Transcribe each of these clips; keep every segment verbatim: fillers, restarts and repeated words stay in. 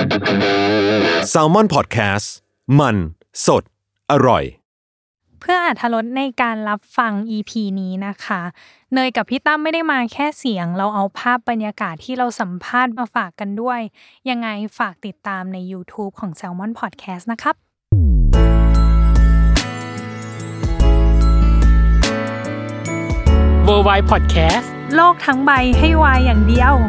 Salmon Podcast มันสดอร่อยเพื่ออรรถรสในการรับฟัง อี พี นี้นะคะเนยกับพี่ตั้มไม่ได้มาแค่เสียงเราเอาภาพบรรยากาศที่เราสัมภาษณ์มาฝากกันด้วยยังไงฝากติดตามใน YouTube ของ Salmon Podcast นะครับ Worldwide Podcast โลกทั้งใบให้วายอย่างเดียว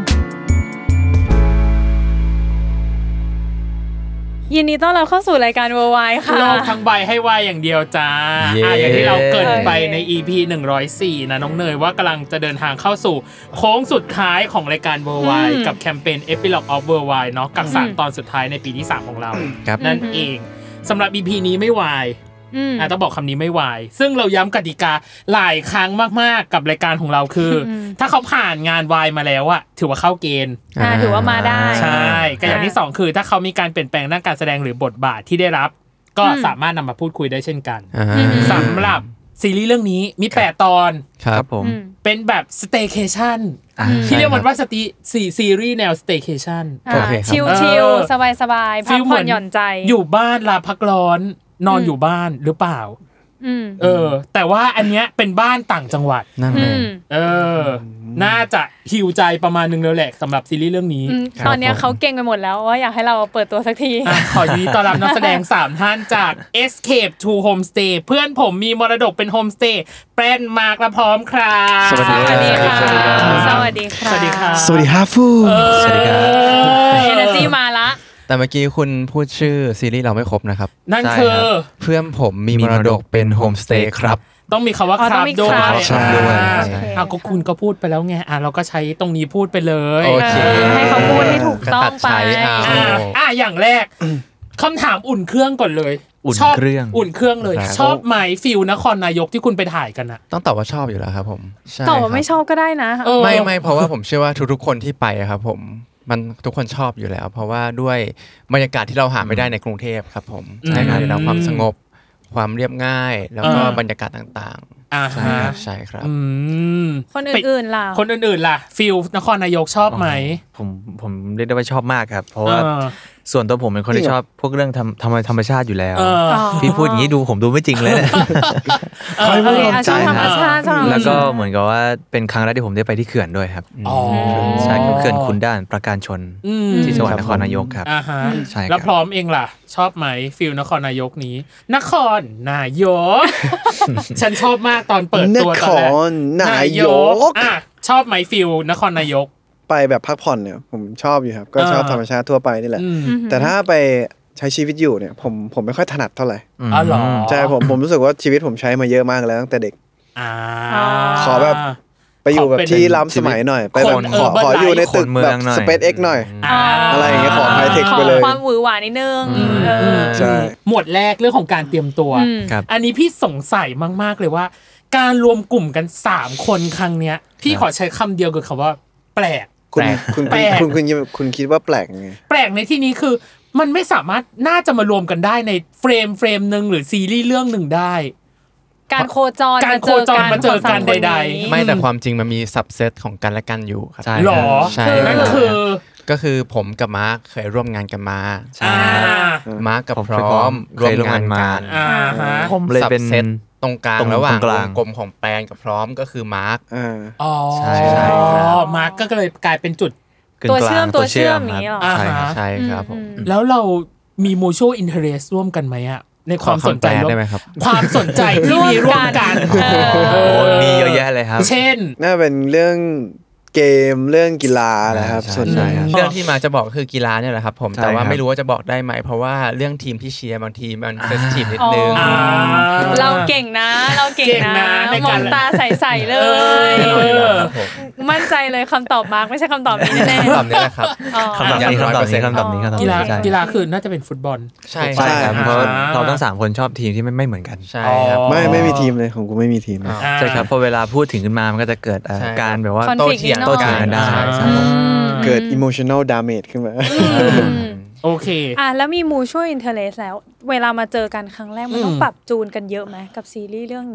ยินดีต้อนรับเข้าสู่รายการ Worldwide ค่ะโลกทั้งใบให้วายอย่างเดียวจ้าอ่ะอย่างที่เราเกริ่นไปใน อี พี หนึ่งร้อยสี่นะน้องเนยว่ากำลังจะเดินทางเข้าสู่โค้งสุดท้ายของรายการ Worldwide กับแคมเปญ Epilogue of Worldwide เนาะกับสามตอนสุดท้ายในปีที่สามของเรานั่นเองสำหรับ อี พี นี้ไม่วายอ่ะต้องบอกคำนี้ไม่วายซึ่งเราย้ำกติกาหลายครั้งมากๆกับรายการของเราคือถ้าเขาผ่านงานวายมาแล้วอะถือว่าเข้าเกณฑ์อ่าถือว่ามาได้ใช่ก็อย่างที่สองคือถ้าเขามีการเปลี่ยนแปลงด้านการแสดงหรือบทบาทที่ได้รับก็สามารถนำมาพูดคุยได้เช่นกันสำหรับซีรีส์เรื่องนี้มีแปดตอนครับผมเป็นแบบ staycation ที่เรียกมันว่าสตีซีรีส์แนว staycation ชิลๆสบายๆพักผ่อนหย่อนใจอยู่บ้านลาพักร้อนนอนอยู่บ้านหรือเปล่าเออแต่ว่าอันเนี้ยเป็นบ้านต่างจังหวัดนั่นเองเออน่าจะฮิวใจประมาณนึงแล้วแหละสำหรับซีรีส์เรื่องนี้ตอนนี้เขาเก่งไปหมดแล้วว่าอยากให้เราเปิดตัวสักทีขอยินดีต้อนรับนักแสดงสามท่านจาก Escape to Homestay เพื่อนผมมีมรดกเป็นโฮมสเตย์แป้นมาร์คและพร้อมครับสวัสดีค่ะสวัสดีค่ะสวัสดีค่ะสวัสดีครับฟูสวัสดีครับ Energy มาละแต่เมื่อกี้คุณพูดชื่อซีรีส์เราไม่ครบนะครับนั่นคือเพื่อนผมมีมรดกเป็นโฮมสเตย์ครับต้องมีคำว่าครับด้วยใช่ด้วยอ่ะก็คุณก็พูดไปแล้วไงอ่ะเราก็ใช้ตรงนี้พูดไปเลยโอเคให้เขาพูดให้ถูกต้องไปอ่ะอย่างแรกคำถามอุ่นเครื่องก่อนเลยอุ่นเครื่องอุ่นเครื่องเลยชอบไหมฟิลนครนายกที่คุณไปถ่ายกันอะต้องตอบว่าชอบอยู่แล้วครับผมตอบว่าไม่ชอบก็ได้นะไม่ไม่เพราะว่าผมเชื่อว่าทุกๆคนที่ไปครับผมมันทุกคนชอบอยู่แล้วเพราะว่าด้วยบรรยากาศที่เราหาไม่ได้ในกรุงเทพครับผมใช่ครับแล้วความสงบความเรียบง่ายแล้วก็บรรยากาศต่างๆใช่ครับใช่ครับคนอื่นๆล่ะคนอื่นๆล่ะฟิลนครนายกชอบไหมผมผมเรียกได้ว่าชอบมากครับเพราะว่าส่วนตัวผมเป็นคนที่ชอบพวกเรื่องธรรมธรรมธรรมชาติอยู่แล้วพี่พูดอย่างนี้ดูผมดูไม่จริงเลยเนี่ยชอบธรรมชาติแล้วก็เหมือนกับว่าเป็นครั้งแรกที่ผมได้ไปที่เขื่อนด้วยครับใช่เขื่อนขุนด่านประการชนที่จังหวัดนครนายกครับใช่แล้วพร้อมเองล่ะชอบไหมฟิลนครนายกนี้นครนายกฉันชอบมากตอนเปิดตัวตอนแรกนายกอ่ะชอบไหมฟิลนครนายกไปแบบพักผ่อนเนี่ยผมชอบอยู่ครับก็ชอบธรรมชาติทั่วไปนี่แหละแต่ถ้าไปใช้ชีวิตอยู่เนี่ยผมผมไม่ค่อยถนัดเท่าไหร่อ๋อเหรอใช่ผมผมรู้สึกว่าชีวิตผมใช้มาเยอะมากแล้วตั้งแต่เด็กขอแบบไปอยู่แบบที่ล้ำสมัยหน่อยไปแบบขอขออยู่ในตึกแบบ SpaceX หน่อยอะไรอย่างเงี้ยขอไฮเทคไปเลยความหวือหวานิดนึงใช่หมวดแรกเรื่องของการเตรียมตัวอันนี้พี่สงสัยมากๆเลยว่าการรวมกลุ่มกันสามคนครั้งเนี้ยพี่ขอใช้คำเดียวคือคำว่าแปลกคุณคุณคุณคุณคุณคิดว่าแปลกไงแปลกในที่นี้คือมันไม่สามารถน่าจะมารวมกันได้ในเฟรมเฟรมนึงหรือซีรีส์เรื่องนึงได้การโคจรการโคจรมาเจอกันใดๆไม่แต่ความจริงมันมีซับเซตของกันและกันอยู่ครับใช่หรอใช่นั่นคือก็คือผมกับมาร์คเคยร่วมงานกันมาใช่มาร์คกับพร้อมร่วมงานกันผมเลยเป็นตรงกลางระหว่างวงกลมของแปลนกับพร้อมก็คือมาร์คอ๋อใช่มาร์คก็เลยกลายเป็นจุดตัวเชื่อมตัวเชื่อมนี้หรอใช่ใช่ครับผมแล้วเรามี mutual interest ร่วมกันไหมอะในความสนใจได้ไหมครับความสนใจที่มีร่วมกันมีเยอะแยะเลยครับเช่นน่าเป็นเรื่องเกมเรื่องกีฬาแหละครับส่วนใหญ่เรื่องที่มาจะบอกคือกีฬาเนี่ยแหละครับผมแต่ว่าไม่รู้ว่าจะบอกได้ไหมเพราะว่าเรื่องทีมที่เชียร์บางทีมันเซนซิทีฟนิดนึงเราเก่งนะเราเก่งนะมองตาใสๆเลยมั่นใจเลยคำตอบมาร์คไม่ใช่คำตอบนี้แน่ๆคำตอบนี้แหละครับคำตอบนี้คำตอบนี้คำตอบนี้คำตอบนี้กีฬากีฬาคือน่าจะเป็นฟุตบอลใช่ใช่ครับเพราะเราทั้งสามคนชอบทีมที่ไม่ไม่เหมือนกันใช่ครับไม่ไม่มีทีมเลยของกูไม่มีทีมใช่ครับพอเวลาพูดถึงขึ้นมามันก็จะเกิดการแบบว่าโต้เถียงโต้เถียงกันได้เกิด emotional damage ขึ้นมาโอเคอ่ะแล้วมี mutual interest แล้วเวลามาเจอกันครั้งแรกมันต้องปรับจูนกันเยอะไหมกับซีรีส์เรื่องนี้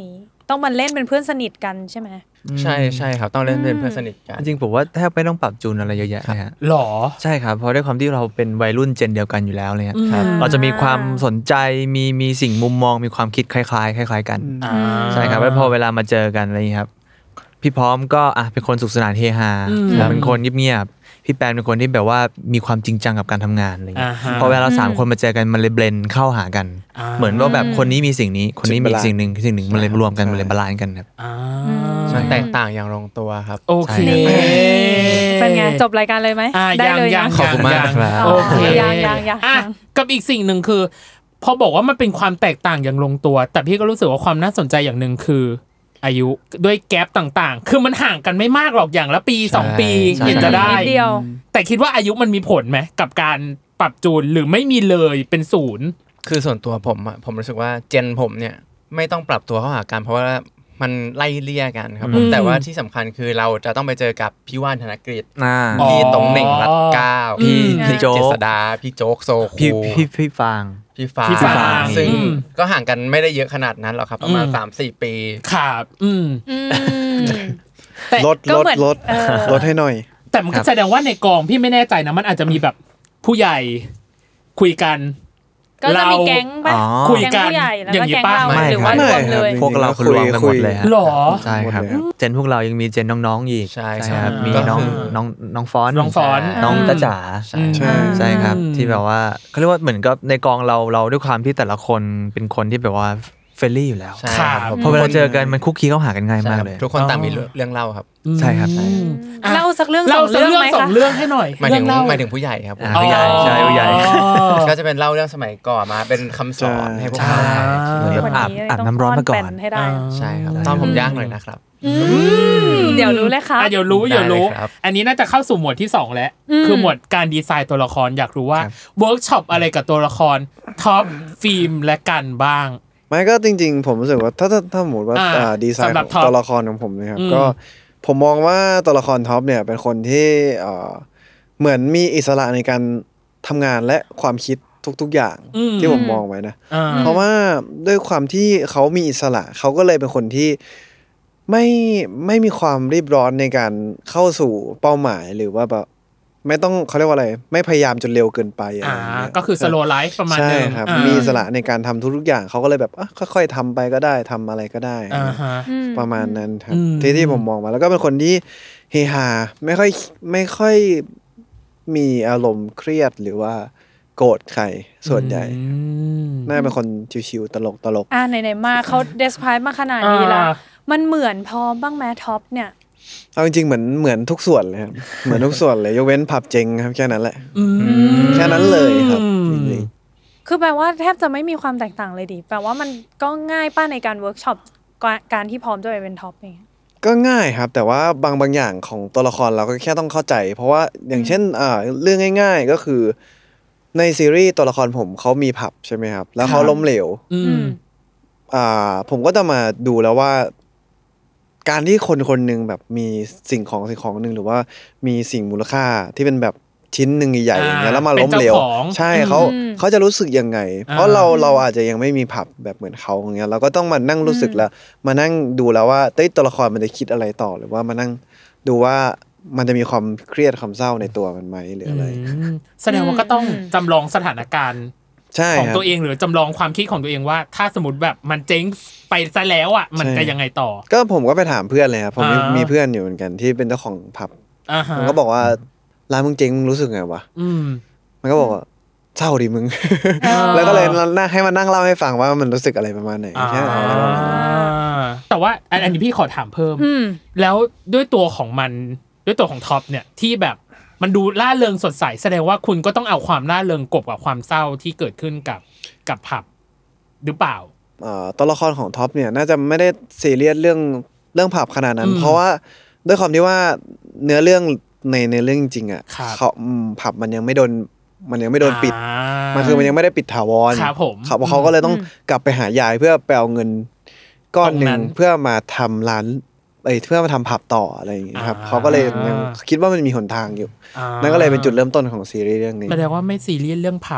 ต้องมาเล่นเป็นเพื่อนสนิทกันใช่ไหมใช่ใช่ครับต้องเล่นเป็นเพื่อนสนิทกันจริงๆผมว่าแทบไม่ต้องปรับจูนอะไรเยอะแยะเลยฮะหรอใช่ครับเพราะด้วยความที่เราเป็นวัยรุ่นเจนเดียวกันอยู่แล้วเลยครับเราจะมีความสนใจมีมีสิ่งมุมมองมีความคิดคล้ายๆคล้ายๆกันใช่ครับแล้วพอเวลามาเจอกันอะไรอย่างนี้ครับพี่พร้อมก็อ่ะเป็นคนสุขสนานเฮฮาเป็นคนเงียบๆพี่แปนเป็นคนที่แบบว่ามีความจริงจังกับการทำงานอะไรอย่างเงี้ยพอเวลาเราสามคนมาเจอกันมันเลยเบลนด์เข้าหากันเหมือนว่าแบบคนนี้มีสิ่งนี้คนนี้มีสิ่งนึงสิ่งหนึ่งมันเลยรวมกันมันเลยบาลานซ์กันครับมันแตกต่างอย่างลงตัวครับโอเคเป็นไงจบรายการเลยไหมได้เลยยังขอบคุณมากครับโอเคยังยังยังกับอีกสิ่งหนึ่งคือพอบอกว่ามันเป็นความแตกต่างอย่างลงตัวแต่พี่ก็รู้สึกว่าความน่าสนใจอย่างนึงคืออายุด้วยแกปต่างๆคือมันห่างกันไม่มากหรอกอย่างละปีสองปีเห็นจะได้แต่คิดว่าอายุมันมีผลไหมกับการปรับจูนหรือไม่มีเลยเป็นศูนย์คือส่วนตัวผมอ่ะผมรู้สึกว่าเจนผมเนี่ยไม่ต้องปรับตัวเข้าหากันเพราะว่ามันไล่เลี่ยกันครับผมแต่ว่าที่สำคัญคือเราจะต้องไปเจอกับพี่ว่านธนกฤษพี่ตงเหน่งรัตเก้าพี่พี่โจ๊กเจษดาพี่โจ๊กโซคูพี่พี่ฟางพี่ฟางซึ่งก็ห่างกันไม่ได้เยอะขนาดนั้นหรอกครับประมาณ สามสี่ ปีครับอืมลดลดลดลดให้หน่อยแต่มันก็แสดงว่าในกองพี่ไม่แน่ใจนะมันอาจจะมีแบบผู้ใหญ่คุยกันก็จะมีแก๊งป่ะคุยกันอย่างนี้ป่ะหรือว่ารวมเลยพวกเราคือรวมกันหมดเลยหรอใช่ครับเจนพวกเรายังมีเจนน้องๆอีกใช่ครับมีน้องน้องน้องฟอนน้องฟอนน้องตาจ๋าใช่ใช่ครับที่แบบว่าเขาเรียกว่าเหมือนกับในกองเราเราด้วยความที่แต่ละคนเป็นคนที่แบบว่าเฟรนลี่อยู่แล้วพอเวลาเจอกันมันคุกคีเข้าหากันง่ายมากเลยทุกคนต่างมีเรื่องเล่าครับใช่ครับเล่าสักเรื่องสองเรื่องไหมคะสองเรื่องให้หน่อยหมายถึงหมายถึงผู้ใหญ่ครับผู้ใหญ่ใช่ผู้ใหญ่ก็จะเป็นเล่าเรื่องสมัยก่อนมาเป็นคำสอนให้พวกเราอาบอาบน้ำร้อนมาก่อนใช่ครับตอนผมย่างหน่อยนะครับเดี๋ยวรู้เลยค่ะเดี๋ยวรู้เดี๋ยวรู้อันนี้น่าจะเข้าสู่หมวดที่สองแล้วคือหมวดการดีไซน์ตัวละครอยากรู้ว่าเวิร์กช็อปอะไรกับตัวละครท็อปฟิล์มและกันบ้างไม่ก็จริงๆผมรู้สึกว่าถ้าถ้าสมมติว่าดีไซน์ของตัวละครของผมนะครับก็ผมมองว่าตัวละครท็อปเนี่ยเป็นคนที่เหมือนมีอิสระในการทำงานและความคิดทุกๆอย่างที่ผมมองไว้นะเพราะว่าด้วยความที่เขามีอิสระเขาก็เลยเป็นคนที่ไม่ไม่มีความรีบร้อนในการเข้าสู่เป้าหมายหรือว่าแบบไม่ต้องเขาเรียกว่าอะไรไม่พยายามจนเร็วเกินไปอะไรอย่างเงี้ยก็คือ slow life ประมาณนึงใช่ครับมีอิสระในการทำทุกๆอย่างเขาก็เลยแบบค่อยๆทำไปก็ได้ทำอะไรก็ได้ประมาณนั้นครับที่ที่ผมมองมาแล้วก็เป็นคนที่เฮฮาไม่ค่อยไม่ค่อยมีอารมณ์เครียดหรือว่าโกรธใครส่วนใหญ่น่าเป็นคนชิวๆตลกตลกอ่าไหนๆมาเขา describe มาขนาดนี้แล้วมันเหมือนพร้อมบ้างไหมท็อปเนี่ยเอาจริงๆเหมือนเหมือนทุกส่วนเลยครับเหมือนทุกส่วนเลยยกเว้นผับเจงครับแค่นั้นแหละแค่นั้นเลยครับคือแปลว่าแทบจะไม่มีความแตกต่างเลยดิแปลว่ามันก็ง่ายป้ะในการเวิร์กช็อปการที่พร้อมจะไปเป็นท็อปเองก็ง่ายครับแต่ว่าบางบางอย่างของตัวละครเราก็แค่ต้องเข้าใจเพราะว่าอย่างเช่นอ่าเรื่องง่ายๆก็คือในซีรีส์ตัวละครผมเขามีผับใช่ไหมครับแล้วเขาล้มเหลวอ่าผมก็จะมาดูแล้วว่าการที่คนคนนึงแบบมีสิ่งของสิ่งของนึงหรือว่ามีสิ่งมูลค่าที่เป็นแบบชิ้นนึงใหญ่ๆอย่างเงี้ยแล้วมาล้มเหลวใช่เขาเขาจะรู้สึกยังไงเพราะเราเราอาจจะยังไม่มีผับแบบเหมือนเขาอย่างเงี้ยเราก็ต้องมานั่งรู้สึกแล้วมานั่งดูแล้วว่าเต้ยตัวละครมันจะคิดอะไรต่อหรือว่ามานั่งดูว่ามันจะมีความเครียดความเศร้าในตัวมันไหมหรืออะไรแสดงว่าก็ต้องจำลองสถานการณ์ของตัวเองหรือจำลองความคิดของตัวเองว่าถ้าสมมติแบบมันเจ๊งไปซะแล้วอ่ะมันจะยังไงต่อก็ผมก็ไปถามเพื่อนเลยครับผมมีเพื่อนอยู่เหมือนกันที่เป็นเจ้าของผับมันก็บอกว่าร้านมึงเจ๊งมึงรู้สึกไงวะมันก็บอกว่าเศร้าดิมึงแล้วก็เลยนั่งให้มานั่งเล่าให้ฟังว่ามันรู้สึกอะไรประมาณไหนแค่แต่ว่าอันนี้พี่ขอถามเพิ่มแล้วด้วยตัวของมันด้วยตัวของท็อปเนี่ยที่แบบมันดูล่าเริงสดใสแสดงว่าคุณก็ต้องเอาความล่าเริงกบกับความเศร้าที่เกิดขึ้นกับกับผับหรือเปล่าอ่าตัวละครของท็อปเนี่ยน่าจะไม่ได้ซีเรียสเรื่องเรื่องผับขนาดนั้นเพราะว่าด้วยความที่ว่าเนื้อเรื่องในในเรื่องจริงอ่ะเขาผับมันยังไม่โดนมันยังไม่โดนปิดมันคือมันยังไม่ได้ปิดถาวรครับผมเขาก็เลยต้องกลับไปหายายเพื่อไปเอาเงินก้อนนึงเพื่อมาทำร้านเอ้ยเพื่อมาทำผับต่ออะไรอย่างเงี้ยครับเขาก็เลยยังคิดว่ามันมีหนทางอยู่นั่นก็เลยเป็นจุดเริ่มต้นของซีรีส์เรื่องนี้แสดงว่าไม่ซีเรียสเรื่องผับ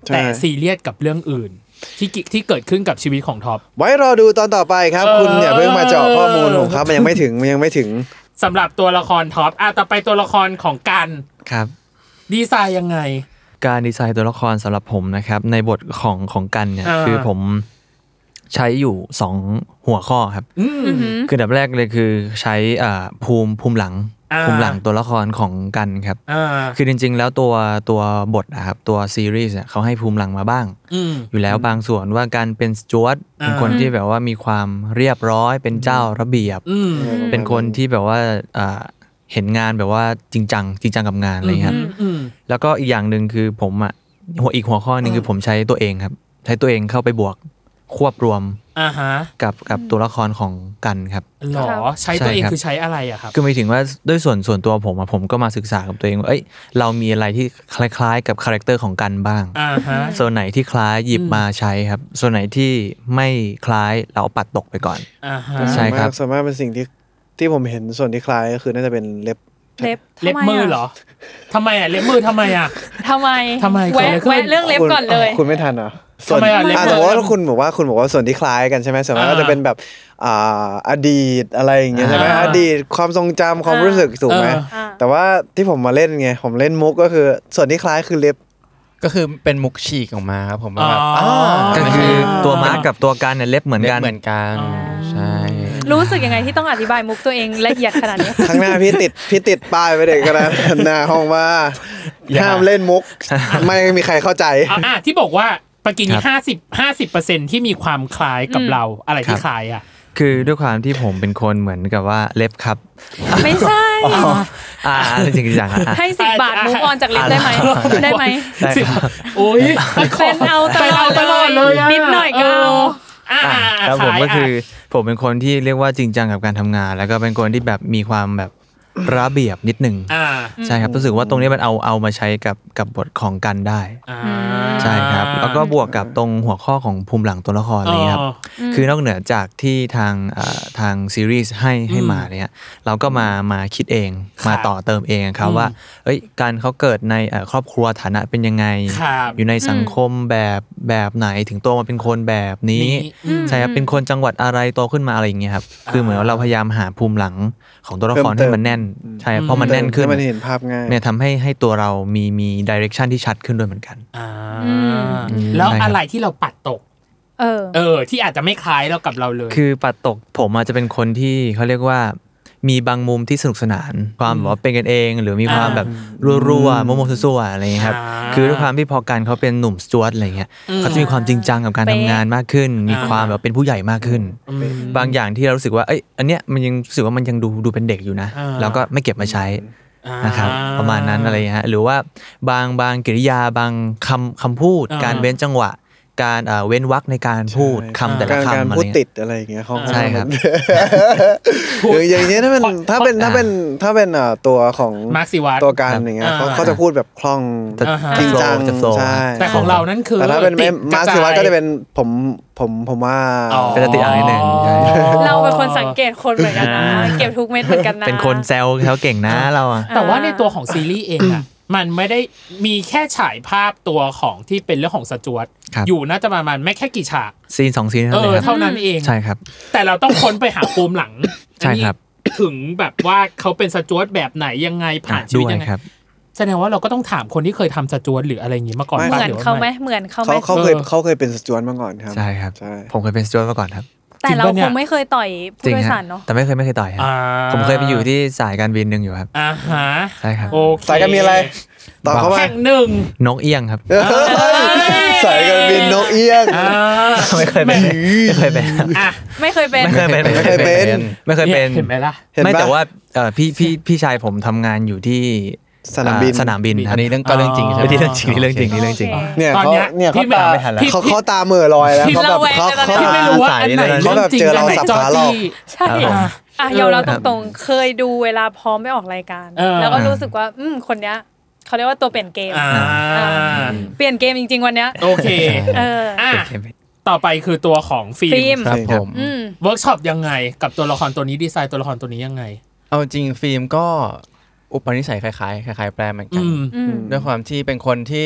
แต่ซีเรียสกับเรื่องอื่นที่ที่เกิดขึ้นกับชีวิตของท็อปไว้รอดูตอนต่อไปครับคุณอย่าเพิ่งมาเจาะข้อมูลผมครับมันยังไม่ถึงมันยังไม่ถึงสำหรับตัวละครท็อปอ่ะต่อไปตัวละครของกันครับดีไซน์ยังไงการดีไซน์ตัวละครสำหรับผมนะครับในบทของของกันเนี่ยคือผมใช้อยู่สองหัวข้อครับคืออันดับแรกเลยคือใช้อ่าภูมิภูมิหลังภูมิหลังตัวละครของกันครับคือจริงๆแล้วตัวตัวบทนะครับตัวซีรีส์เขาให้ภูมิหลังมาบ้างอยู่แล้วบางส่วนว่าการเป็นสจ๊วตเป็นคนที่แบบว่ามีความเรียบร้อยเป็นเจ้าระเบียบเป็นคนที่แบบว่าเห็นงานแบบว่าจริงจังจริงจังกับงานอะไรครับแล้วก็อีกอย่างนึงคือผมอ่ะหัวอีกหัวข้อนึงคือผมใช้ตัวเองครับใช้ตัวเองเข้าไปบวกควบรวมอ่าฮะกับกับตัวละครของกันครับหรอใช้ตัวเองคือใช้อะไรอะครับคือหมายถึงว่าด้วยส่วนส่วนตัวผมอะผมก็มาศึกษากับตัวเองว่าเอ้ยเรามีอะไรที่คล้ายๆกับคาแรคเตอร์ของกันบ้างอ่าฮะส่วนไหนที่คล้ายหยิบมาใช้ครับส่วนไหนที่ไม่คล้ายเราปัดตกไปก่อนอ่าฮะใช่ครับส่วนมากเป็นสิ่งที่ที่ผมเห็นส่วนที่คล้ายก็คือน่าจะเป็นเล็บเล็บเล็บมือเหรอทำไมอะเล็บมือทำไมอะทำไมทำไมแวะแวะเรื่องเล็บก่อนเลยคุณไม่ทันเหรอส่วนอ่าสมมติว่าคุณบอกว่าคุณบอกว่าส่วนที่คล้ายกันใช่ไหมส่วนมากก็จะเป็นแบบอ่าอดีตอะไรอย่างเงี้ยใช่ไหมอดีตความทรงจำความรู้สึกถูกไหมแต่ว่าที่ผมมาเล่นไงผมเล่นมุกก็คือส่วนที่คล้ายคือเล็บก็คือเป็นมุกฉีกออกมาครับผมว่าแบบก็คือตัวมาร์กกับตัวกันเนี่ยเล็บเหมือนกันเหมือนกันใช่รู้สึกยังไงที่ต้องอธิบายมุกตัวเองละเอียดขนาดนี้ข้างหน้าพี่ติดพี่ติดป้ายไว้เด็กกระดานหน้าห้องว่าห้ามเล่นมุกไม่มีใครเข้าใจอ่ะที่บอกว่าปกินี่ห้าสิบ ห้าสิบเปอร์เซ็นต์ ที่มีความคล้ายกับเราอะไรที่คล้ายอ่ะคือด้วยความที่ผมเป็นคนเหมือนกับว่าเล็บครับไม่ใช่อ่าจริงๆจังๆให้สิบบาทมูฟออนจากเล็บได้มั้ยได้มั้ยโอ๊ยเป็นเอาตลอดเลยนิดหน่อยก็อ่าแล้วผมก็คือผมเป็นคนที่เรียกว่าจริงจังกับการทำงานแล้วก็เป็นคนที่แบบมีความแบบระเบียบนิดนึงใช่ครับรู้สึกว่าตรงนี้มันเอาเอามาใช้กับกับบทของกันได้ใช่ครับแล้วก็บวกกับตรงหัวข้อของภูมิหลังตัวละครนี้ครับคือนอกเหนือจากที่ทางทางซีรีส์ให้ให้มาเนี่ยเราก็มามาคิดเองมาต่อเติมเองครับว่าเอ้ยการเขาเกิดในครอบครัวฐานะเป็นยังไงอยู่ในสังคมแบบแบบไหนถึงโตมาเป็นคนแบบนี้ใช่ครับเป็นคนจังหวัดอะไรโตขึ้นมาอะไรอย่างเงี้ยครับคือเหมือนเราพยายามหาภูมิหลังของตัวละครให้มันแน่นใช่เพราะมันแน่นขึ้นมันเห็นภาพง่ายเนี่ยทำให้ให้ตัวเรามีมีดิเรกชันที่ชัดขึ้นด้วยเหมือนกันแล้วอะไรที่เราปัดตกเออเออที่อาจจะไม่คล้ายเรากับเราเลยคือปัดตกผมอาจจะเป็นคนที่เขาเรียกว่ามีบางมุมที่สนุกสนานความแบบว่าเป็นกันเองหรือมีความแบบรัวๆโมโมซัวๆอะไรอย่างเงี้ยครับคือด้วยความที่พอกันเขาเป็นหนุ่มสจ๊วตอะไรเงี้ยเขาจะมีความจริงจังกับการทำงานมากขึ้นมีความแบบเป็นผู้ใหญ่มากขึ้นบางอย่างที่เรารู้สึกว่าเอ้ยอันเนี้ยมันยังรู้สึกว่ามันยังดูดูเป็นเด็กอยู่นะแล้วก็ไม่เก็บมาใช้นะครับประมาณนั้นอะไรฮะหรือว่าบางบางกิริยาบางคำคำพูดการเว้นจังหวะการเว้นวรรคในการพูดคำแต่ละคำการพูดติดอะไรอย่างเงี้ยใช่ครับคืออย่างเงี้ยถ้าเป็นถ้าเป็นถ้าเป็นถ้าเป็นตัวของตัวการอย่างเงี้ยเขาเขาจะพูดแบบคล่องจริงจังใช่แต่ของเรานั่นคือแต่ถ้าเป็นมาร์คซิวัตก็จะเป็นผมผมผมว่าเป็นติดอ่างนิดนึงเราเป็นคนสังเกตคนเหมือนกันนะเก็บทุกเม็ดเหมือนกันนะเป็นคนแซวเขาเก่งนะเราอ่ะแต่ว่าในตัวของซีรีส์เองอ่ะมันไม่ได้มีแค่ฉายภาพตัวของที่เป็นเรื่องของสจ๊วตอยู่น่าจะประมาณไม่แค่กี่ฉากซีนสองซีนเท่านั้นเท่านั้นเองใช่ครับแต่เราต้องค้นไปหาภูมิหลังใช่ครับถึงแบบว่าเขาเป็นสจ๊วตแบบไหนยังไงผ่านชีวิตยังไงแสดงว่าเราก็ต้องถามคนที่เคยทำสจ๊วตหรืออะไรอย่างงี้มาก่อนเหมือนเขาไหมเหมือนเขาไหมเขาเคยเขาเคยเป็นสจ๊วตมาก่อนครับใช่ครับผมเคยเป็นสจ๊วตมาก่อนครับแต่เราคงไม่เคยต่อยผู้โดยสารเนาะแต่ไม่เคยไม่เคยต่อยครับผมเคยไปอยู่ที่สายการบินนึงอยู่ครับอ่าฮะใช่ครับสายการบินอะไรต่อเข้ามาแห่งหนึ่งนกเอี้ยงครับสายการบินนกเอี้ยงไม่เคยเป็นไม่เคยเป็นไม่เคยเป็นไม่เคยเป็นไม่เคยเป็นไม่เคยเป็นเห็นไหมล่ะไม่แต่ว่าพี่พี่พี่ชายผมทำงานอยู่ที่สนามบินสนามบินอันนี้เรื่องก็เรื่องจริงใช่ไหมเรื่องจริงเรื่องจริงเรื่องจริงเนี่ยเขาเนี่ยเขาตาเขาเขาตาเมื่อลอยแล้วเขาแบบเขาเขาไม่รู้ว่าอันไหนเขาแบบเจอเราสับขาหลอกใช่อ่ะยอมรับตรงๆเคยดูเวลาพร้อมไม่ออกรายการแล้วก็รู้สึกว่าอืมคนเนี้ยเขาเรียกว่าตัวเปลี่ยนเกมเปลี่ยนเกมจริงๆวันเนี้ยโอเคเอออ่ะต่อไปคือตัวของฟิล์มครับผมเวิร์กช็อปยังไงกับตัวละครตัวนี้ดีไซน์ตัวละครตัวนี้ยังไงเอาจริงฟิล์มก็อุปนิสัยคล้ายๆคล้ายๆแปลเหมือนกันด้วยความที่เป็นคนที่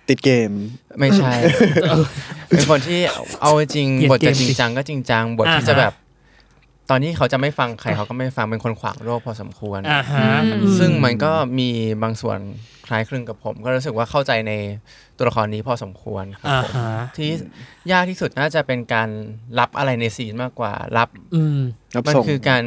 ติดเกมไม่ใช่เป็นคนที่เอาจริงบทจะจริงจังก็จริงจังบทที่จะแบบตอนนี้เขาจะไม่ฟังใครเขาก็ไม่ฟังเป็นคนขวางโลกพอสมควรซึ่งมันก็มีบางส่วนคล้ายคลึงกับผมก็รู้สึกว่าเข้าใจในตัวละครนี้พอสมควรครับผมที่ยากที่สุดน่าจะเป็นการรับอะไรในซีนมากกว่ารับมันคือการ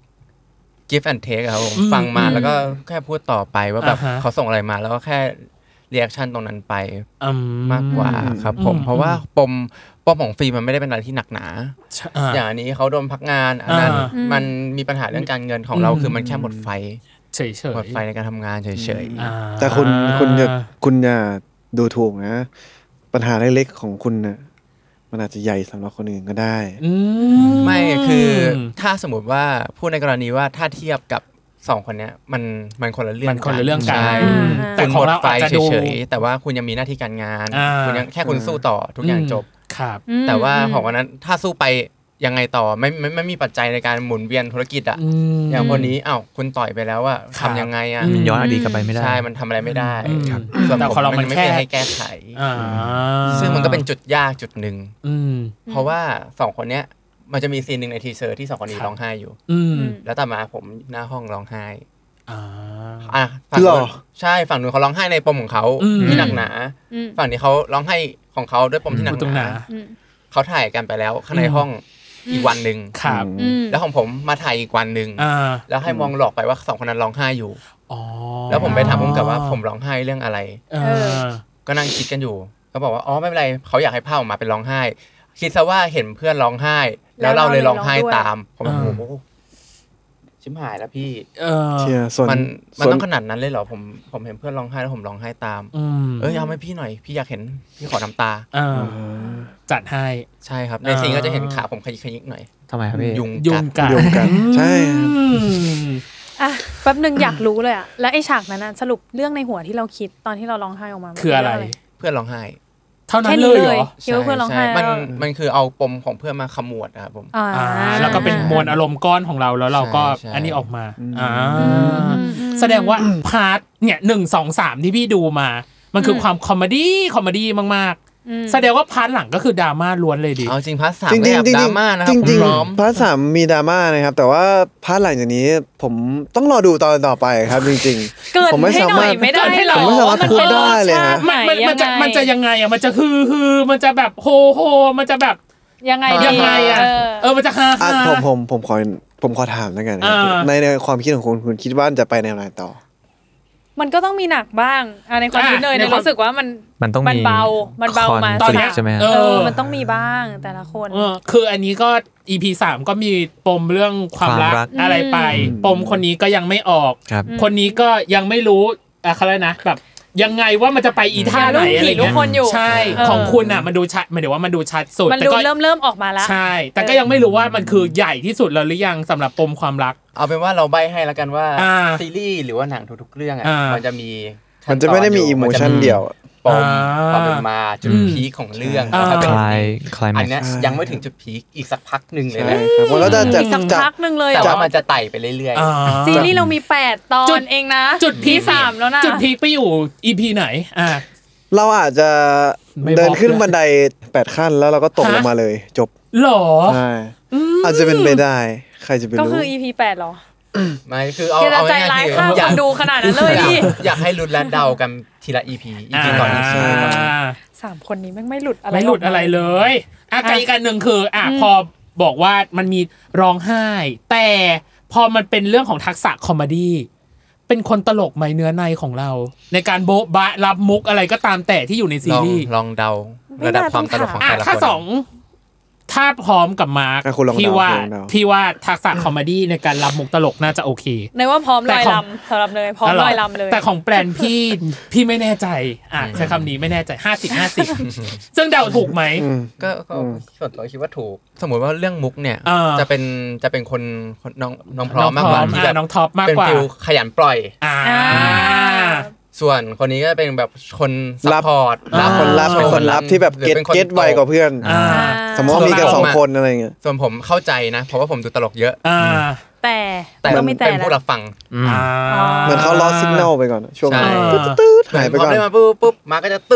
give and take ครับผมฟังมาแล้วก็แค่พูดต่อไปว่าแบบเขาส่งอะไรมาแล้วก็แค่รีแอคชั่นตรงนั้นไปมากกว่าครับผมเพราะว่าปมปมของฟิล์มมันไม่ได้เป็นอะไรที่หนักหนาอย่างนี้เขาโดนพักงานอันนั้นมันมีปัญหาเรื่องการเงินของเราคือมันแค่หมดไฟเฉยๆหมดไฟในการทำงานเฉยๆแต่คุณคุณอย่าคุณอย่าดูถูกนะปัญหาเล็กๆของคุณน่ะมันอาจจะใหญ่สำหรับคนอื่นก็ได้ไม่คือถ้าสมมติว่าพูดในกรณีว่าถ้าเทียบกับสองคนเนี้ยมันมันคนละเรื่องมันคนละเรื่องกันแต่ของเราอาจจะเฉยๆแต่ว่าคุณยังมีหน้าที่การงานคุณยังแค่คุณสู้ต่อทุกอย่างจบครับแต่ว่าของวันนั้นถ้าสู้ไปยังไงต่อไม่ไม่ไม่มีปัจจัยในการหมุนเวียนธุรกิจอ่ะอย่างคนนี้อ้าวคุณต่อยไปแล้วว่าทำยังไงอ่ะมันย้อนอดีตกลับไปไม่ได้ใช่มันทำอะไรไม่ได้แต่ของเรามันแค่ให้แก้ไขซึ่งมันก็เป็นจุดยากจุดหนึ่งเพราะว่าสองคนเนี้ยมันจะมีซีนหนึ่งในทีเซอร์ที่สองคนนี้ร้องไห้อยู่แล้วต่อมาผมหน้าห้องร้องไห้อ่าฝั่งนู้นใช่ฝั่งนู้นเขาร้องไห้ในปมของเขาที่หนักหนาฝั่งนี้เขาร้องไห้ของเขาด้วยปมที่หนักหนาเขาถ่ายกันไปแล้วข้างในห้องอีกวันนึงแล้วของผมมาถ่ายอีกวันนึงแล้วให้มองหลอกไปว่าสองคนนั้นร้องไห้อยู่แล้วผมไปถามพุ่มกับว่าผมร้องไห้เรื่องอะไรก็นั่งคิดกันอยู่เขาบอกว่าอ๋อไม่เป็นไรเขาอยากให้ภาพออกมาเป็นร้องไห้คิดซะว่าเห็นเพื่อนร้องไห้แล้วเราเลยร้องไห้ตามผมโอ้โหชิมหายแล้วพี่มันมันต้องขนาดนั้นเลยเหรอผมผมเห็นเพื่อนร้องไห้แล้วผมร้องไห้ตามเอ้ยเอาให้พี่หน่อยพี่อยากเห็นพี่ขอน้ำตาจัดให้ใช่ครับในซีนก็จะเห็นขาผมขยิกขยิกหน่อยทำไมครับพี่ยุงกัดยุงกัดใช่อ่ะแป๊บนึงอยากรู้เลยอ่ะแล้วไอ้ฉากนั้นสรุปเรื่องในหัวที่เราคิดตอนที่เราร้องไห้ออกมาคืออะไรเพื่อนร้องไห้เท่านั้นเลยเหรอคิดว่าเพื่อนร้องไห้มันมันคือเอาปมของเพื่อนมาขมวดนะครับผมอ่าแล้วก็เป็นมวลอารมณ์ก้อนของเราแล้วเราก็อันนี้ออกมาอ่าแสดงว่าพาร์ทเนี่ยหนึ่ง สอง สามที่พี่ดูมามันคือความคอมเมดี้คอมเมดี้มากๆแสดงว่าพาร์ทหลังก็คือดราม่าล้วนเลยดิเอาจริงพาร์ทสามไม่แบบดราม่านะครับจริงๆพาร์ทสามมีดราม่านะครับแต่ว่าพาร์ทหลังจากนี้ผมต้องรอดูตอนต่อไปครับจริงๆผมไม่สามารถไม่ได้หรอผมไม่สามารถพูดได้เลยฮะมันมันจะมันจะยังไงอ่ะมันจะฮือฮือมันจะแบบโฮโฮมันจะแบบยังไงยังไงอ่ะเออมันจะฮาฮาผมผมผมขอผมขอถามแล้วกันในในความคิดของคุณคุณคิดว่าจะไปแนวไหนต่อมันก็ต้องมีหนักบ้างในความคิดเลยเนี่ยรู้สึกว่ามันมันต้องมีเบามันเบามาตอนนี้ใช่ไหมเออมันต้องมีบ้างแต่ละคนเออคืออันนี้ก็ อี พี สามก็มีปมเรื่องความรักอะไรไปปมคนนี้ก็ยังไม่ออกคนนี้ก็ยังไม่รู้อะไรนะแบบยังไงว่ามันจะไปอีท่าไหนอะไรเงี้ยใช่ของคุณอ่ะมันดูชัดหมายถึงว่ามันดูชัดสุดแต่ก็เริ่มเริ่มออกมาแล้วใช่แต่ก็ยังไม่รู้ว่ามันคือใหญ่ที่สุดแล้วหรือยังสำหรับปมความรักเอาเป็นว่าเราใบให้แล้วกันว่าซีรีส์หรือว่าหนังทุกๆเรื่องอ่ะมันจะมีมันจะไม่ได้มีอิโมชันเดียวปมความเป็นมาจุดพีคของเรื่องถ้าเป็นอันนี้ยังไม่ถึงจุดพีคอีกสักพักนึงเลยนะมันก็จะจะสักพักนึงเลยแต่ว่ามันจะไต่ไปเรื่อยๆซีรีส์เรามีแปดตอนเองนะจุดพีคสามแล้วนะจุดพีคไปอยู่ อี พี ไหนอ่ะเราอาจจะเดินขึ้นบันไดแปดขั้นแล้วเราก็ตกลงมาเลยจบหรอใช่อาจจะเป็นไปได้ใครจะไปรู้ก็คือ อี พี แปดหรอไม่คือเอาเอาใจร้ายข้ามคนดูขนาดนั้นเลยดิอยากให้ลุ้นและเดากันทีละ อี พี อี พี ต่อ อี พีสามคนนี้แม่งไม่หลุดอะไรไม่หลุดอะไรเลยอ่ะอีกอันนึงคืออ่ะพอบอกว่ามันมีร้องไห้แต่พอมันเป็นเรื่องของทักษะคอมเมดี้เป็นคนตลกไหมเนื้อในของเราในการโบ๊ะบะรับมุกอะไรก็ตามแต่ที่อยู่ในซีรีส์ลองเดาระดับความตลกของแต่ละคนถ้าสองถ้าพร้อมกับมาร์คพี่ว่าพี่ว่าทักษะคอมเมดี้ในการรับมุกตลกน่าจะโอเคในว่าพร้อมลอยลำสำหรับเนยพร้อมลอยลำเลยแต่ของแปลนพี่พี่ไม่แน่ใจอ่ะใช้คำนี้ไม่แน่ใจห้าสิบ ห้าสิบซึ่งเดาถูกไหมก็ส่วนตัวคิดว่าถูกสมมติว่าเรื่องมุกเนี่ยจะเป็นจะเป็นคนน้องน้องพร้อมมากกว่าที่แบบน้องท็อปมากกว่าเป็นฟิลขยันปล่อยส่วนคนนี้ก็เป็นแบบคนซัพพอร์ตรับคนรับเป็นคนรับที่แบบเก็ตเก็ตไวกว่าเพื่อนสมมติมีกันสองคนอะไรเงี้ยส่วนผมเข้าใจนะเพราะว่าผมดูตลกเยอะแต่แต่ก็ไม่แต่เป็นผู้รับฟังเหมือนเขาล้อสิกแนลไปก่อนช่วงนั้นตืดๆหายไปก่อนพอได้มาปุ๊บปุ๊บมาก็จะตึ้ม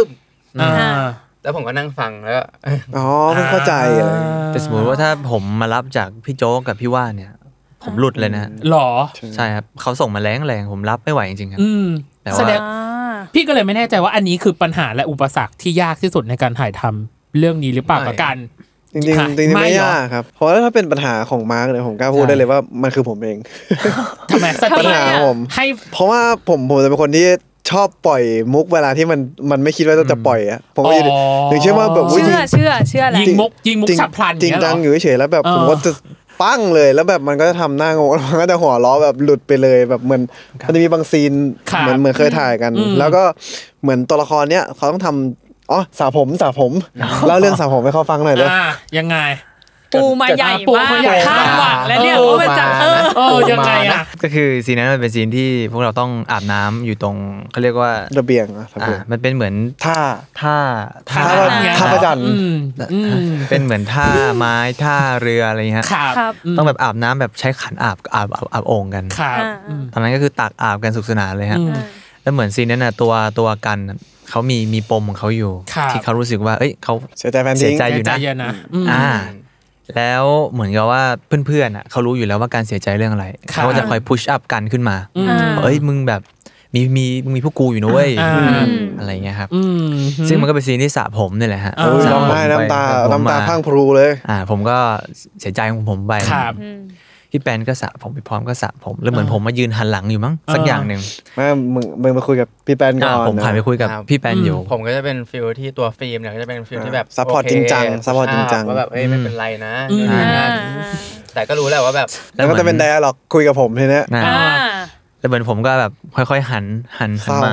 อ่าแล้วผมก็นั่งฟังแล้วอ๋อไม่เข้าใจอะไรแต่สมมติว่าถ้าผมมารับจากพี่โจ๊กกับพี่ว่านเนี่ยผมหลุดเลยนะหรอใช่ครับเขาส่งมาแรงแรงผมรับไม่ไหวจริงๆครับแต่ว่าพี่ก็เลยไม่แน่ใจว่าอันนี้คือปัญหาและอุปสรรคที่ยากที่สุดในการถ่ายทำเรื่องนี้หรือเปล่ากับการจริงๆจริงๆไม่ยากครับเพราะถ้าเป็นปัญหาของมาร์กเนี่ยผมกล้าพูดได้เลยว่ามันคือผมเองทำไมปัญหาผมให้เพราะว่าผมผมจะเป็นคนที่ชอบปล่อยมุกเวลาที่มันมันไม่คิดว่าจะปล่อยอ่ะผมก็อย่างเช่นว่าแบบเชื่อเชื่อเชื่ออะไรยิงมุกยิงมุกฉับพลันจริงจังอยู่เฉยแล้วแบบผมก็จะปั้งเลยแล้วแบบมันก็จะทำหน้างงมันก็จะหัวล้อแบบหลุดไปเลยแบบเหมือนมันจะมีบางซีนเหมือนเหมือนเคยถ่ายกันแล้วก็เหมือนตัวละครเนี้ยเขาต้องทำอ๋อสระผมสระผมเล่าเรื่องสระผมให้เขาฟังหน่อยเลยยังไงปูมาใหญ่มากข้ามหวังแล้วเนี่ยว่ามันจะเออเออยังไงอ่ะก็คือซีนนั้นมันเป็นซีนที่พวกเราต้องอาบน้ำอยู่ตรงเขาเรียกว่าระเบียงอ่ะมันเป็นเหมือนท่าท่าท่าท่าพระจันทร์เป็นเหมือนท่าไม้ท่าเรืออะไรเงี้ยต้องแบบอาบน้ำแบบใช้ขันอาบอาบอาบโอ่งกันตอนนั้นก็คือตักอาบกันสุขสนานเลยฮะแล้วเหมือนซีนนั้นน่ะตัวตัวกันเขามีมีปมของเขาอยู่ที่เขารู้สึกว่าเอ้ยเขาเสียใจแฟนทิ้งเสียใจอยู่นะอ่าแล้วเหมือนกับว่าเพื่อนๆอ่ะเขารู้อยู่แล้วว่าการเสียใจเรื่องอะไรเขาก็จะคอยพุชอัพกันขึ้นมาเอ้ยมึงแบบมีมีมึงมีพวกกูอยู่นะเว้ยอะไรเงี้ยครับซึ่งมันก็เป็นซีนที่สระผมนี่แหละฮะร้องไห้น้ำตาน้ำตาพังพรูเลยอ่าผมก็เสียใจของผมไปพี่แปนก็สระผมพี่พร้อมก็สระผมแล้วเหมือนผมมายืนหันหลังอยู่มั้งสักอย่างนึงแม่มึงมึงมาคุยกับพี่แปนก่อนผมผ่านไปคุยกับพี่แปนอยู่ผมก็จะเป็นฟีลที่ตัวฟิล์มเนี่ยก็จะเป็นฟีลที่แบบซัพพอร์ตจริงจังซัพพอร์ตจริงจังว่าแบบเอ้ยไม่เป็นไรนะแต่ก็รู้แหละว่าแบบแล้วก็จะเป็นไดอะล็อกคุยกับผมทีเนี้ยแต่เหมือนผมก็แบบค่อยๆหันหันมา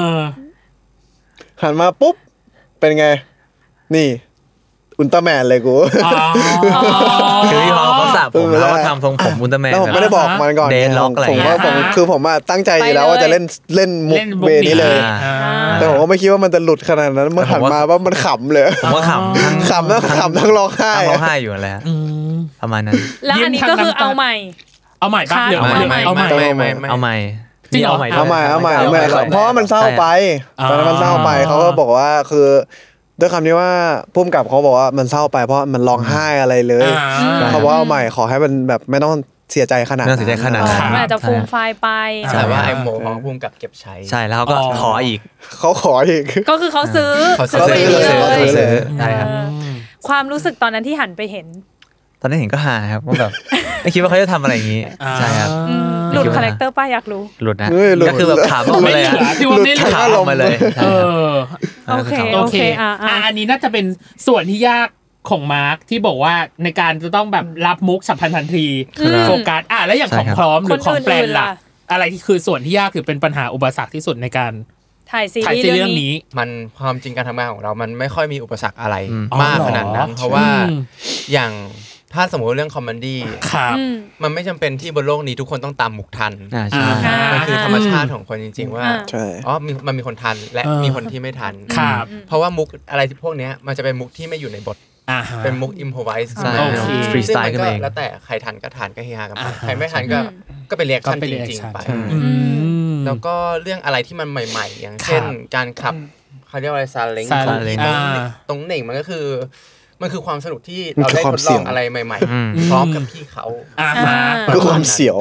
หันมาปุ๊บเป็นไงนี่อุลตร้าแมนเลยกูคือพี่พอเขาสระผมแล้วก็ทำทรงผมอุลตร้าแมนแล้วผมไม่ได้บอกมันก่อนเดนล็อกอะไรผมว่าผมคือผมอะตั้งใจอยู่แล้วว่าจะเล่นเล่นมุกเวนี้เลยแต่ผมก็ไม่คิดว่ามันจะหลุดขนาดนั้นเมื่อหันมาว่ามันขำเลยผมก็ขำขำแล้วขำทั้งร้องไห้ร้องไห้อยู่แล้วประมาณนั้นแล้วอันนี้ก็คือเอาใหม่เอาใหม่ป่ะเดี๋ยวเอาใหม่เอาใหม่เอาใหม่จริงเหรอเอาใหม่เอาใหม่เอาใหม่เพราะว่ามันเศร้าไปตอนนั้นมันเศร้าไปเขาก็บอกว่าคือด้วยคำนี้ว่าพุ่มกับเขาบอกว่ามันเศร้าไปเพราะมันร้องไห้อะไรเลยเขาบอกว่าใหม่ขอให้มันแบบไม่ต้องเสียใจขนาดนั้นไม่ต้องเสียใจขนาดนั้นมันอาจจะฟูมไฟไปแต่ว่าไอ้โมของพุ่มกับเก็บใช้ใช่แล้วเขาก็ขออีกเขาขออีกก็คือเขาซื้อเขาซื้อเลยใช่ครับความรู้สึกตอนนั้นที่หันไปเห็นตอนนั้นเห็นก็หาครับว่าแบบไม่คิดว่าเขาจะทำอะไรอย่างนี้ใช่ครับหลุดคาแรคเตอร์ป้าอยากรู้หลุดนะก็คือแบบถามออกมาเลยพี่ว่าไม่หลุดถามออกมาเลยเออโอเคโอเคอ่ะอันนี้น่าจะเป็นส่วนที่ยากของมาร์คที่บอกว่าในการจะต้องแบบรับมุกฉับพลันทันทีโฟกัสอ่ะแล้วอย่างของพร้อมหรือของแปลนล่ะอะไรที่คือส่วนที่ยากหรือเป็นปัญหาอุปสรรคที่สุดในการถ่ายซีรีส์เรื่องนี้มันความจริงการทำงานของเรามันไม่ค่อยมีอุปสรรคอะไรมากขนาดนั้นเพราะว่าอย่างถ้าสมมติเรื่องคอมเมดี้มันไม่จำเป็นที่บนโลกนี้ทุกคนต้องตามมุกทันมันคือธรรมชาติของคนจริงๆว่าอ๋อมันมีคนทันและมีคนที่ไม่ทันเพราะว่ามุกอะไรพวกนี้มันจะเป็นมุกที่ไม่อยู่ในบทเป็นมุกอิมโพรไวส์ฟรีสไตล์กันเองแล้วแต่ใครทันก็ทันก็เฮฮากันไปใครไม่ทันก็ก็เป็นเรียกชั่นจริงๆไปแล้วก็เรื่องอะไรที่มันใหม่ๆอย่างเช่นการขับเขาเรียกว่าอะไรซาเล้งตรงเหน่งมันก็คือมันคือความสนุกที่เราได้ทดลองอะไรใหม่ๆพร้อมกับพี่เขาคือความเสียว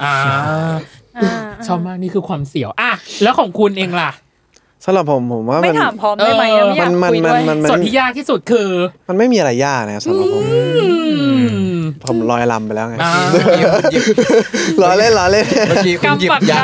ชอบมากนี่คือความเสียวอ่ะแล้วของคุณเองล่ะสำหรับผมผมว่าไม่ถามพร้อมได้ไหมไม่อยากคุยด้วยส่วนที่ยากที่สุดคือมันไม่มีอะไรยากนะสำหรับผมผมลอยลำไปแล้วไงล้อเล่นล้อเล่นกำปักยา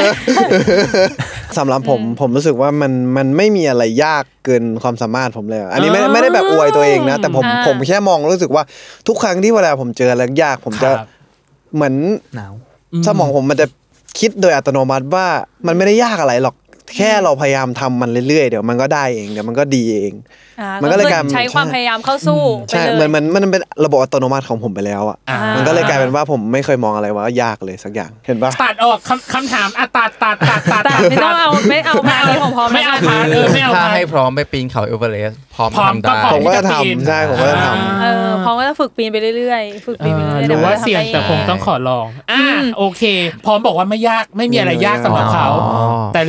สำหรับผมผมรู้สึกว่ามันมันไม่มีอะไรยากเกินความสามารถผมเลยอันนี้ไม่ไม่ได้แบบอวยตัวเองนะแต่ผมผมแค่มองรู้สึกว่าทุกครั้งที่เวลาผมเจออะไรยากผมจะเหมือนสมองผมมันจะคิดโดยอัตโนมัติว่ามันไม่ได้ยากอะไรหรอกแค่เราพยายามทำมันเรื่อยๆเดี๋ยวมันก็ได้เองเดี๋ยวมันก็ดีเองมันก็เลยการใช้ความพยายามเข้าสู้ใช่เหมือนมันมันเป็นระบบอัตโนมัติของผมไปแล้วอ่ะมันก็เลยกลายเป็นว่าผมไม่เคยมองอะไรว่ายากเลยสักอย่างเห็นปะตัดออกคำคำถามอ่ะตัดตัดตัดตัดไม่ต้องเอาไม่เอาพานี้ของพร้อมไม่เอาพาเออไม่เอาถ้าให้พร้อมไปปีนเขาเอเวอเรสต์พร้อมทำได้ผมก็จะทำใช่ผมก็จะทำเออพร้อมก็จะฝึกปีนไปเรื่อยๆฝึกปีนไปเรื่อยๆรู้ว่าเสี่ยงแต่คงต้องขอลองอ่ะโอเคพร้อมบอกว่าไม่ยากไม่มีอะไรยากสำหรับเขาแต่เหลือของแปน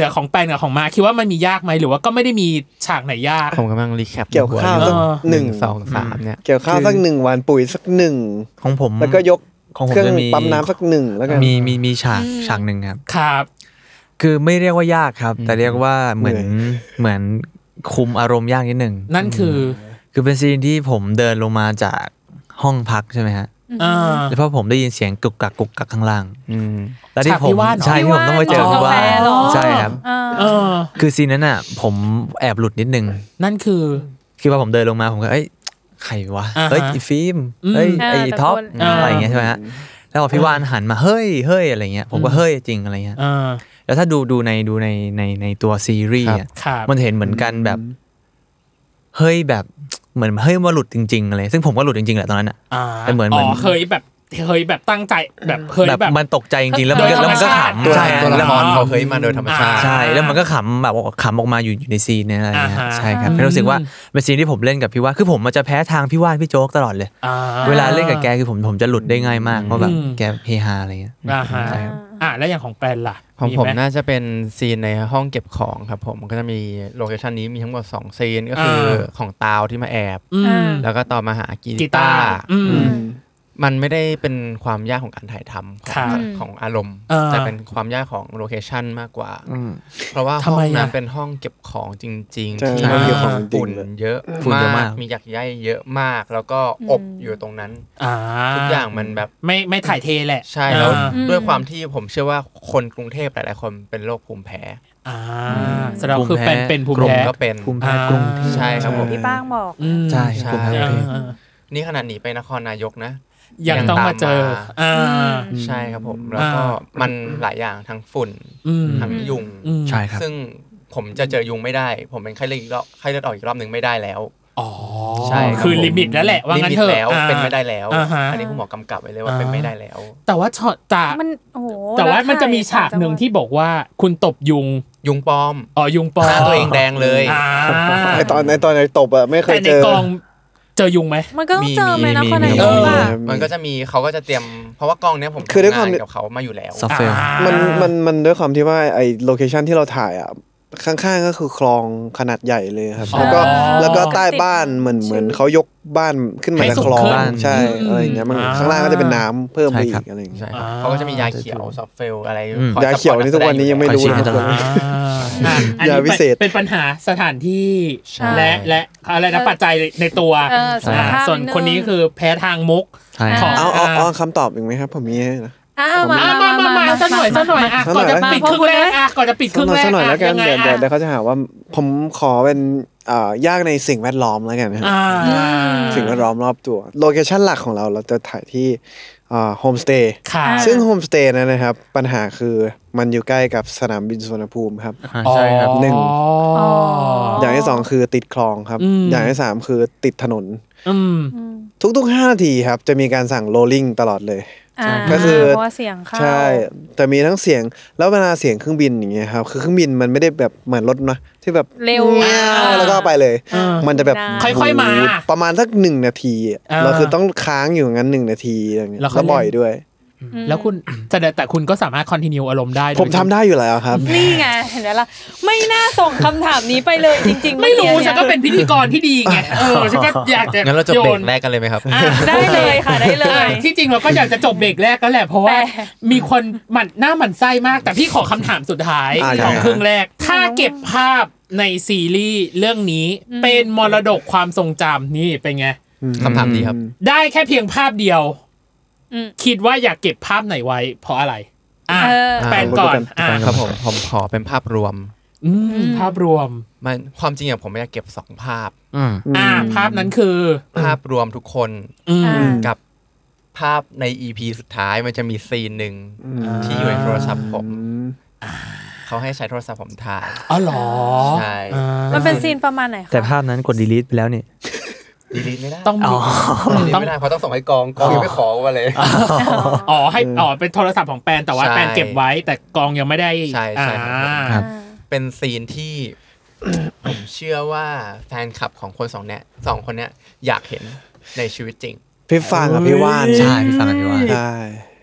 กับของมาคิดว่ามันมียากไหมหรือว่าก็ไม่ได้มีฉากไหนยากผมกำลังรีแคปเกี่ยวข้าวสักหนึ่งสองสามเนี่ยเกี่ยวข้าวสักหนึ่งวันปุ๋ยสักหนึ่งของผมแล้วก็ยกของผมเครื่องจะมีปั๊มน้ำสักหนึ่งแล้วกันมีมีมีฉากฉากหนึ่งครับครับคือไม่เรียกว่ายากครับแต่เรียกว่าเหมือนเหมือนคุมอารมณ์ยากนิดหนึ่งนั่นคือคือเป็นซีนที่ผมเดินลงมาจากห้องพักใช่ไหมฮะแล้วพอผมได้ยินเสียงกุกกักกุกกักข้างล่างแล้วที่ผมใช่ที่ผมต้องไปเจอพี่ว่านใช่ครับคือซีนนั้นอ่ะผมแอบหลุดนิดนึงนั่นคือคือพอผมเดินลงมาผมก็เอ้ยใครวะเฮ้ยอีฟิล์มเฮ้ยไอ้ท็อปอะไรอย่างเงี้ยใช่ไหมฮะแล้วพอพี่ว่านหันมาเฮ้ยเฮ้ยอะไรเงี้ยผมก็เฮ้ยจริงอะไรเงี้ยแล้วถ้าดูดูในดูในในในตัวซีรีส์มันเห็นเหมือนกันแบบเฮ้ยแบบเหมือนเฮ้ยว่าหลุดจริงๆอะไรซึ่งผมก็หลุดจริงๆแหละตอนนั้นอ่ะแต่เหมือนเหมือนเคยแบบเคยแบบตั้งใจแบบเคยแบบมันตกใจจริงๆแล้วมันแล้วมันก็ขำใช่ตัวละครเขาเคยมาโดยธรรมชาติใช่แล้วมันก็ขำแบบขำออกมาอยู่ในซีนเนี่ยอะไรเงี้ยใช่ครับรู้สึกว่าเป็นซีนที่ผมเล่นกับพี่ว่านคือผมมันจะแพ้ทางพี่ว่านพี่โจ๊กตลอดเลยเวลาเล่นกับแกคือผมผมจะหลุดได้ง่ายมากเพราะแบบแกเฮฮาอะไรเงี้ยใช่ครับอ่ะแล้วอย่างของแปนล่ะของผมน่าจะเป็นซีนในห้องเก็บของครับผมก็จะมีโลเคชันนี้มีทั้งหมดสองซีนก็คือของตาวที่มาแอบแล้วก็ต่อมาหากีตาร์มันไม่ได้เป็นความยากของการถ่ายทำของของอารมณ์แต่เป็นความยากของโลเคชันมากกว่าเพราะว่าห้องนั้นเป็นห้องเก็บของจริงๆที่มีฝุ่นเยอะมากมีหยักใยเยอะมากแล้วก็อบอยู่ตรงนั้นทุกอย่างมันแบบไม่ไม่ถ่ายเทแหละใช่แล้วด้วยความที่ผมเชื่อว่าคนกรุงเทพหลายๆคนเป็นโรคภูมิแพ้อ่าแสดงคือเป็นเป็นภูมิแพ้ก็เป็นภูมิแพ้กรุงใช่ครับผมพี่ป้างบอกใช่ภูมิแพ้นี่ขนาดหนีไปนครนายกนะยังต้องมาเจออ่าใช่ครับผมแล้วก็มันหลายอย่างทั้งฝุ่นทั้งยุงใช่ครับซึ่งผมจะเจอยุงไม่ได้ผมเป็นไข้เลือดอีกรอบไข้เลือดออกอีกรอบนึงไม่ได้แล้วอ๋อใช่คือลิมิตแล้วแหละว่างั้นเถอะแล้วเป็นไม่ได้แล้วอันนี้คุณหมอกำกับไว้เลยว่าเป็นไม่ได้แล้วแต่ว่าช็อตแต่แต่ว่ามันจะมีฉากนึงที่บอกว่าคุณตบยุงยุงปลอมอ๋อยุงปลอมตัวเองแดงเลยไอตอนในตอนในตบอะไม่เคยเจอเจอยุงไหมมันก็ต้องเจอไหมนะคนไหนยุงอ่ะมันก็จะมีเขาก็จะเตรียมเพราะว่ากล้องเนี้ยผมทำงานกับเขามาอยู่แล้วมันมันมันด้วยความที่ว่าไอโลเคชั่นที่เราถ่ายอ่ะข้างๆก็คือคลองขนาดใหญ่เลยครับแล้วก็แล้วก็ใต้บ้านเหมือนเหมือนเขายกบ้านขึ้นมาจากคลองใช่อะไรอย่างเงี้ยมันข้างล่างก็จะเป็นน้ำเพิ่มไปอีกอะไรอย่างเงี้ยเขาก็จะมียาเขียวซอฟเฟลอะไรยาเขียวนี่ทุกวันนี้ยังไม่รู้เลยยาพิเศษเป็นปัญหาสถานที่และและอะไรนะปัจจัยในตัวส่วนคนนี้คือแพ้ทางมุกเอาเอาเอาคำตอบอีกไหมครับผมมีนะมามามามาสักหน่อยสักหน่อยอ่ะก่อนจะปิดครึ่งแรกอ่ะก่อนจะปิดครึ่งแรกสักหน่อยแล้วกันเดี๋ยวเดี๋ยวเขาจะหาว่าผมขอเป็นอ่ายากในสิ่งแวดล้อมแล้วกันนะสิ่งแวดล้อมรอบตัวโลเคชั่นหลักของเราเราจะถ่ายที่อ่าโฮมสเตย์ซึ่งโฮมสเตย์นั้นนะครับปัญหาคือมันอยู่ใกล้กับสนามบินสุวรรณภูมิครับใช่ครับหนึ่งอย่างที่สองคือติดคลองครับอย่างที่สามคือติดถนนทุกๆห้านาทีครับจะมีการสั่งโรลลิ่งตลอดเลยก็คือเพราะว่าเสียงเข้าใช่แต่มีทั้งเสียงแล้วเวลาเสียงเครื่องบินอย่างเงี้ยครับคือเครื่องบินมันไม่ได้แบบเหมือนรถนะที่แบบเร็วแล้วก็ไปเลยมันจะแบบค่อยๆมาประมาณสักหนึ่งนาทีเราคือต้องค้างอยู่งั้นหนึ่งนาทีอย่างเงี้ยแล้วบ่อยด้วยแล้วคุณแต่แต่คุณก็สามารถคอนทินิวอารมณ์ได้ผมทำได้อยู่แล้วครับนี่ไงเห็นไหมล่ะไม่น่าส่งคำถามนี้ไปเลยจริงๆไม่รู้ฉันก็เป็นพิธีกรที่ดีไงเออฉันก็อยากจะงั้นเราจบเบรกแรกกันเลยไหมครับได้เลยค่ะได้เลยที่จริงเราก็อยากจะจบเบรกแรกแล้วแหละเพราะว่ามีคนหมั่นหน้าหมั่นไส้มากแต่พี่ขอคำถามสุดท้ายของครึ่งแรกถ้าเก็บภาพในซีรีส์เรื่องนี้เป็นมรดกความทรงจำนี่เป็นไงคำถามดีครับได้แค่เพียงภาพเดียวคิดว่าอยากเก็บภาพไหนไว้เพราะอะไรอ่ะแปลก่อนอ่ะครับผมผมขอเป็นภาพรวมอืมภาพรวมมันความจริงอะผมอยากเก็บสองภาพอ่าภาพนั้นคือภาพรวมทุกคนกับภาพใน อี พี สุดท้ายมันจะมีซีนนึงที่อยู่ในโทรศัพท์ผมเขาให้ใช้โทรศัพท์ผมถ่ายอ๋อเหรอใช่มันเป็นซีนประมาณไหนคะแต่ภาพนั้นกด delete ไปแล้วนี่ดีลีทไม่ได้ต้องดีลีทไม่ได้เพราะต้องส่งให้กองกองยังไม่ขอมาเลยอ๋อให้อ๋อเป็นโทรศัพท์ของแปนแต่ว่าแปนเก็บไว้แต่กองยังไม่ได้ใช่ใช่ครับเป็นซีนที่ผมเชื่อว่าแฟนคลับของคนสองเนี้ยสองคนเนี้ยอยากเห็นในชีวิตจริงพี่ฟังกับพี่ว่านใช่พี่ฟังกับพี่ว่านใช่อ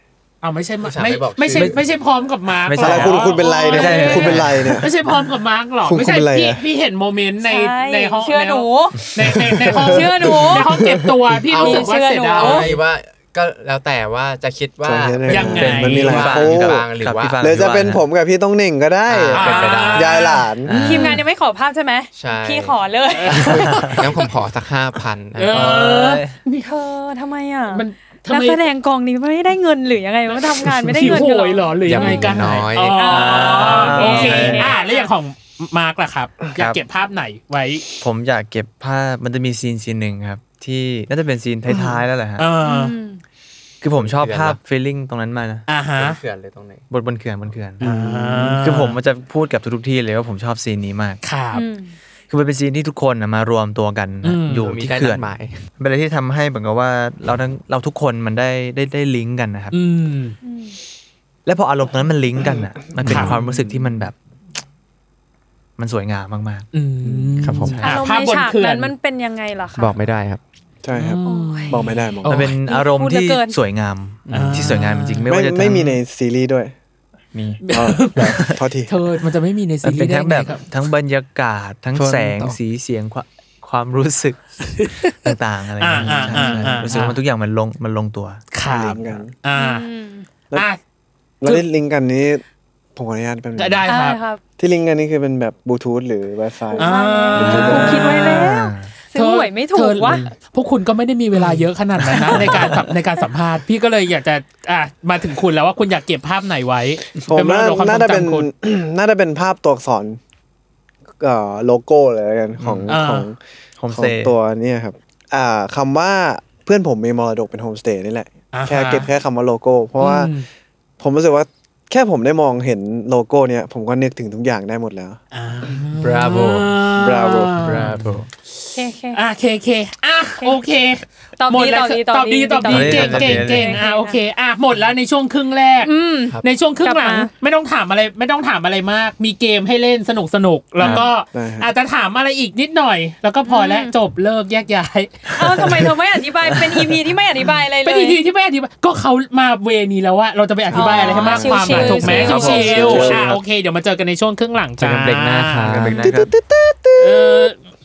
อ้าวไม่ใช่อุตส่าห์ไม่ไม่บอกไม่ใช่ชื่อไม่ใช่พร้อมกับมาร์คไม่ใช่อะไรคุณคุณเป็นไรเนี่ยไม่ใช่คุณเป็นไรเนี่ยไม่ใช่พร้อมกับมาร์คหรอกคุณไม่ใช่คุณเป็นไรพี่อะพี่เห็นโมเมนต์ในใช่ในห้องเชื่อหนูในในในห้องเชื่อหนูในห้องเก็บตัวพี่รู้สึกว่าเสียดายโอ้เอาไว้ว่าก็แล้วแต่ว่าจะคิดว่ายังไงมันมีหลายฟังคู่ฟังหรือว่าครับเลยจะเป็นผมกับพี่ต้องเหน่งก็ได้อ่าเป็นไปได้ยายหลานทีมงานยังไม่ขอภาพใช่ไหมใช่พี่ขอเลยงั้นผมขอสักห้าพันเออเธอทำไมอ่ะมันทำนักไมแสดงกองนี้ไม่ได้เงินหรือยังไงมันทำงานไม่ได้หิวเงินโหกันยเหรอหรือยังไงกันน้อยอ๋อโอเคโอเคอ่าแล้วอย่างของมาร์คล่ะครับ อยากเก็บภาพไหนไว้ผมอยากเก็บภาพมันจะมีซีนซีนหนึ่งครับที่น่าจะเป็นซีนท้ายๆแล้วแหละฮะเออคือผมชอบภาพฟีลลิ่งตรงนั้นมากนะอ่าฮะเขื่อนเลยตรงไหนบนบนเขื่อนบนเขื่อนอ่าคือผมมันจะพูดกับทุกๆที่เลยว่าผมชอบซีนนี้มากครับอืมคือมันเป็นซีนที่ทุกคนน่ะมารวมตัวกันอืมอยู่มีที่ได้เขื่นัอนดหมายเป็นอะไรที่ทำให้เหมือนกับว่าเราทั้งเราทุกคนมันได้ได้ได้ลิงก์กันนะครับอืมและพออารมณ์ตรงนั้นมันลิงก์กันอ่ะ มันเป็นครับความรู้สึกที่มันแบบ มันสวยงามมากอืมครับผมอารมณ์ภาพในบนฉากเขื่อนนั้นมันเป็นยังไงล่ะคะบอกไม่ได้ครับใช่ครับ บอกไม่ได้บอกๆ มันเป็นอารมณ์พูดเหลืที่อเกินสวยงามอ่าที่สวยงามจริงๆไม่ไม่ว่าจะไม่มีทั้งในซีรีส์ด้วยมีอ๋อโทษทีเธอมันจะไม่มีในซีมันรีเป็นส์ได้ทั้งไงแบบครับทั้งบรรยากาศทั้งเฟิร์นแสงต่อสีเสียงความความรู้สึก ต่างๆอะไรอย่างเงี้ยอ่าใช่อ่าใช่อ่ารู้สึกว่ามันทุกอย่างมันลงมันลงตัวครับลิงก์กันอ่าอืมอ่ะแล้วที่ลิงก์กันนี้ผมขออนุญาตเป็นได้ครับอ่าครับที่ลิงก์กันนี่คือเป็นแบบบลูทูธหรือ Wi-Fi อ่ากูคิดไว้แล้วซื้อหวยไม่ถูกวะพวกคุณก็ไม่ได้มีเวลาเยอะขนาดนั้นนะ ในการสัมในการสัมภาษณ์พี่ก็เลยอยากจะอ่ะมาถึงคุณแล้วว่าคุณอยากเก็บภาพไหนไว้ผมน่าเป็นมรดกความทน่ารงจะเป็นจำคุณน่าจะเป็นภาพตัวอักษรเอ่อโลโก้เลยแล้วกันของอ่าของโฮมขสอเตงย์ตัวเนี่ยครับอ่าคำว่าเพื่อนผมมีมรดกเป็นโฮมสเตย์นี่แหละอ่าฮะแค่เก็บแค่คำว่าโลโก้ เพราะว่าอืมผมรู้สึกว่าแค่ผมได้มองเห็นโลโก้เนี่ยผมก็นึกถึงทุกอย่างได้หมดแล้วอ่า Bravo Bravo Bravo โอเคอ่ะเคเคอ่ะโอเคตอบหมดดีแล้วตอบดีตอบดีตอบดีตอบดีเก่งตอบดีเก่งเก่งอ่ะโอเคอ่ะหมดแล้วในช่วงครึ่งแรกอืมในช่วงครึ่งหลังกลับมาไม่ต้องถามอะไรไม่ต้องถามอะไรมาก มีเกมให้เล่นสนุกสนุกแล้วก็ได้ครับอาจจะถามอะไรอีกนิดหน่อย แล้วก็พอแล้วจบเลิกแยกย้ายเอ้าทำไมเธอไม่อธิบายเป็น อี พี ที่ไม่อธิบายอะไรเลยเป็นอีพีที่ไม่อธิบายก็เขามาเวนี้แล้วว่าเราจะไปอธิบายอะไรให้มากความชิอ่ะวๆถูกไหมครับผมชิวชิวๆๆอ่ะโอเคเดี๋ยวมาเจอกันในช่วงครึ่งหลังเจอจ้ากันเบรกหน้าครับกันเบรกหนะครับเออ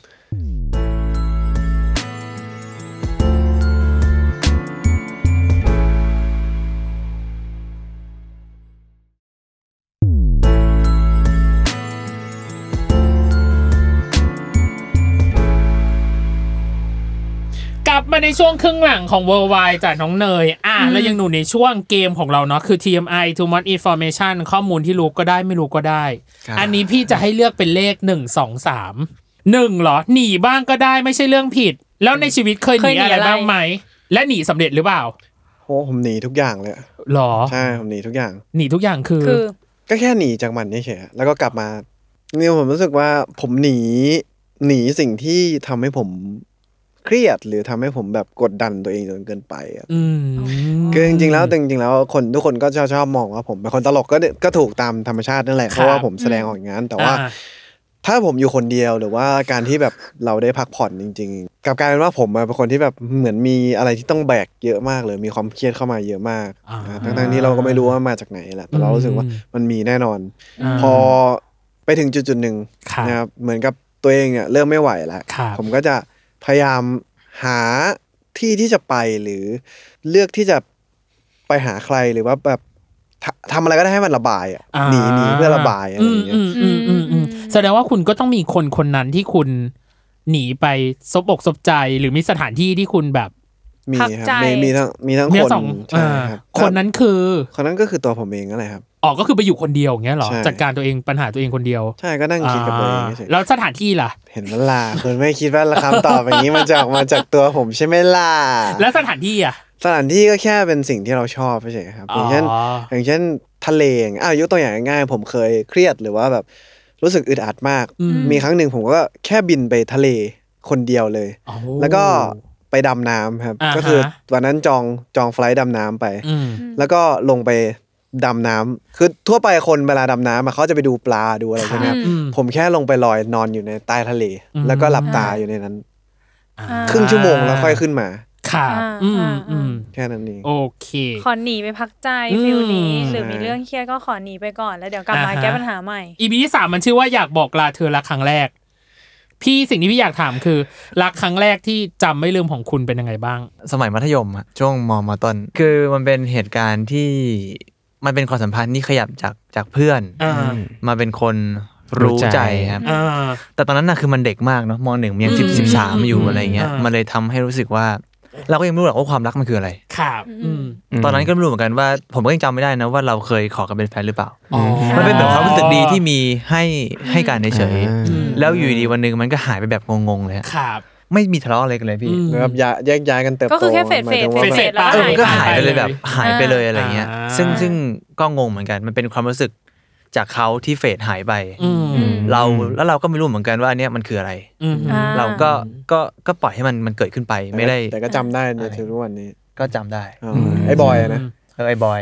ลับมาในช่วงครึ่งหลังของ Worldwide จากน้องเนยอ่ะแล้วยังหนูในช่วงเกมของเราเนาะคือ ที เอ็ม ไอ Too Much Information ข้อมูลที่รู้ก็ได้ไม่รู้ก็ได้ครับอันนี้พี่จะให้เลือกเป็นเลขหนึ่ง สอง สาม หนึ่งเหรอหนีบ้างก็ได้ไม่ใช่เรื่องผิด แล้วในชีวิตเคยหนีอะไรบ้างไหมและหนีสำเร็จหรือเปล่าโอ้ผมหนีทุกอย่างเลยหรอใช่ผมหนีทุกอย่างหนีทุกอย่างคือคือก็แค่หนีจากมันเฉยๆแล้วก็กลับมาเนี่ยผมรู้สึกว่าผมหนีหนีสิ่งที่ทำให้ผมเครียดหรือทำให้ผมแบบกดดันตัวเองจนเกินไปอะอืมคือจริงๆแล้วจริงๆแล้วคนทุกคนก็ชอบชอบมองว่าผมเป็นคนตลกก็ก็ถูกตามธรรมชาตินั่นแหละเพราะว่าผมแสดงออกอย่างนั้นแต่ว่าอ่าถ้าผมอยู่คนเดียวหรือว่าการที่แบบเราได้พักผ่อนจริงๆกลับกลายเป็นว่าผมอะเป็นคนที่แบบเหมือนมีอะไรที่ต้องแบกเยอะมากเลยมีความเครียดเข้ามาเยอะมากอ่านะทั้งๆที่เราก็ไม่รู้ว่ามาจากไหนแหละแต่เรารู้สึกว่ามันมีแน่นอนอ่าพอไปถึงจุดๆหนึ่งครับนะครับเหมือนกับตัวเองอ่ะเริ่มไม่ไหวแล้วครับผมก็จะพยายามหาที่ที่จะไปหรือเลือกที่จะไปหาใครหรือว่าแบบททำอะไรก็ได้ให้มันระบายอ่ะอ่าหนีหนีเพื่อระบายอะไรอย่างเงี้ยอืมอืมอืมอืมแสดงว่าคุณก็ต้องมีคนคนนั้นที่คุณหนีไปซบอกซบใจหรือมีสถานที่ที่คุณแบบมีพักครับใจมีมีทั้งมีทั้งมีคนสองใช่อ่าครับคนนั้นคือคนนั้นก็คือตัวผมเองนั่นแหละครับอ๋อก็คือไปอยู่คนเดียวอย่างเงี้ยเหรอใช่จัดการตัวเองปัญหาตัวเองคนเดียวใช่ก็นั่งคิดกับตัวเองเฉยแล้วสถานที่ล่ะเห็นมันล่ะคุณไม่คิดว่าคำตอบอย่างนี้มันจะออกมาจากตัวผมใช่ไหมล่ะแล้วสถานที่อ่ะสถานที่ก็แค่เป็นสิ่งที่เราชอบเฉยๆครับอย่างเช่นอ๋ออย่างเช่นทะเลอย่างอ้าวยกตัวอย่างง่ายๆผมเคยเครียดหรือว่าแบบรู้สึกอึดอัดมากอืมมีครั้งหนึ่งผมก็แค่บินไปทะเลคนเดียวเลยอ๋อแล้วก็ไปดำน้ำครับอ่าฮะก็คือวันนั้นจองจองไฟลท์ดำน้ำไปอืมแล้วก็ลงไปดำน้ำคือทั่วไปคนเวลาดำน้ำอะเขาจะไปดูปลาดูอะไรใช่ไหมครับอืมผมแค่ลงไปลอยนอนอยู่ในใต้ทะเลอืมแล้วก็หลับตาอยู่ในนั้นอ่าครึ่งชั่วโมงแล้วค่อยขึ้นมาครับอืมอืมแค่นั้นเองโอเคขอหนีไปพักใจฟิลนี้หรือมีเรื่องเครียดก็ขอหนีไปก่อนแล้วเดี๋ยวกลับมาแก้ปัญหาใหม่อี พี ที่สามมันชื่อว่าอยากบอกลาเธอรักครั้งแรกพี่สิ่งที่พี่อยากถามคือรักครั้งแรกที่จำไม่ลืมของคุณเป็นยังไงบ้างสมัยมัธยมอะช่วงมมต้นคือมันเป็นเหตุการณ์ที่มันเป็นความสัมพันธ์ที่ขยับจากจากเพื่อนมาเป็นคนรู้ใจครับแต่ตอนนั้นน่ะคือมันเด็กมากเนาะมหนึ่งยังสิบ สิบสามอยู่อะไรเงี้ยมันเลยทำให้รู้สึกว่าเราก็ยังไม่รู้หรอกว่าความรักมันคืออะไรครับตอนนั้นก็ไม่รู้เหมือนกันว่าผมก็ยังจำไม่ได้นะว่าเราเคยขอกันเป็นแฟนหรือเปล่ามันเป็นแบบความรู้สึกดีที่มีให้ให้การเฉยๆแล้วอยู่ดีวันนึงมันก็หายไปแบบงงๆเลยครับไม่มีทะเลาะอะไรกันเลยพี่แบบแยกย้ายกันเติบโตก็คือแค่เฟดเฟดเฟดแล้วก็หายไปเลยแบบหายไปเลยอะไรเงี้ยซึ่งซึ่งก็งงเหมือนกันมันเป็นความรู้สึกจากเขาที่เฟดหายไปเราแล้วเราก็ไม่รู้เหมือนกันว่าอันเนี้ยมันคืออะไรเราก็ก็ก็ปล่อยให้มันมันเกิดขึ้นไปไม่ได้แต่ก็จำได้ในทุกวันนี้ก็จำได้ไอ้บอยนะเออไอ้บอย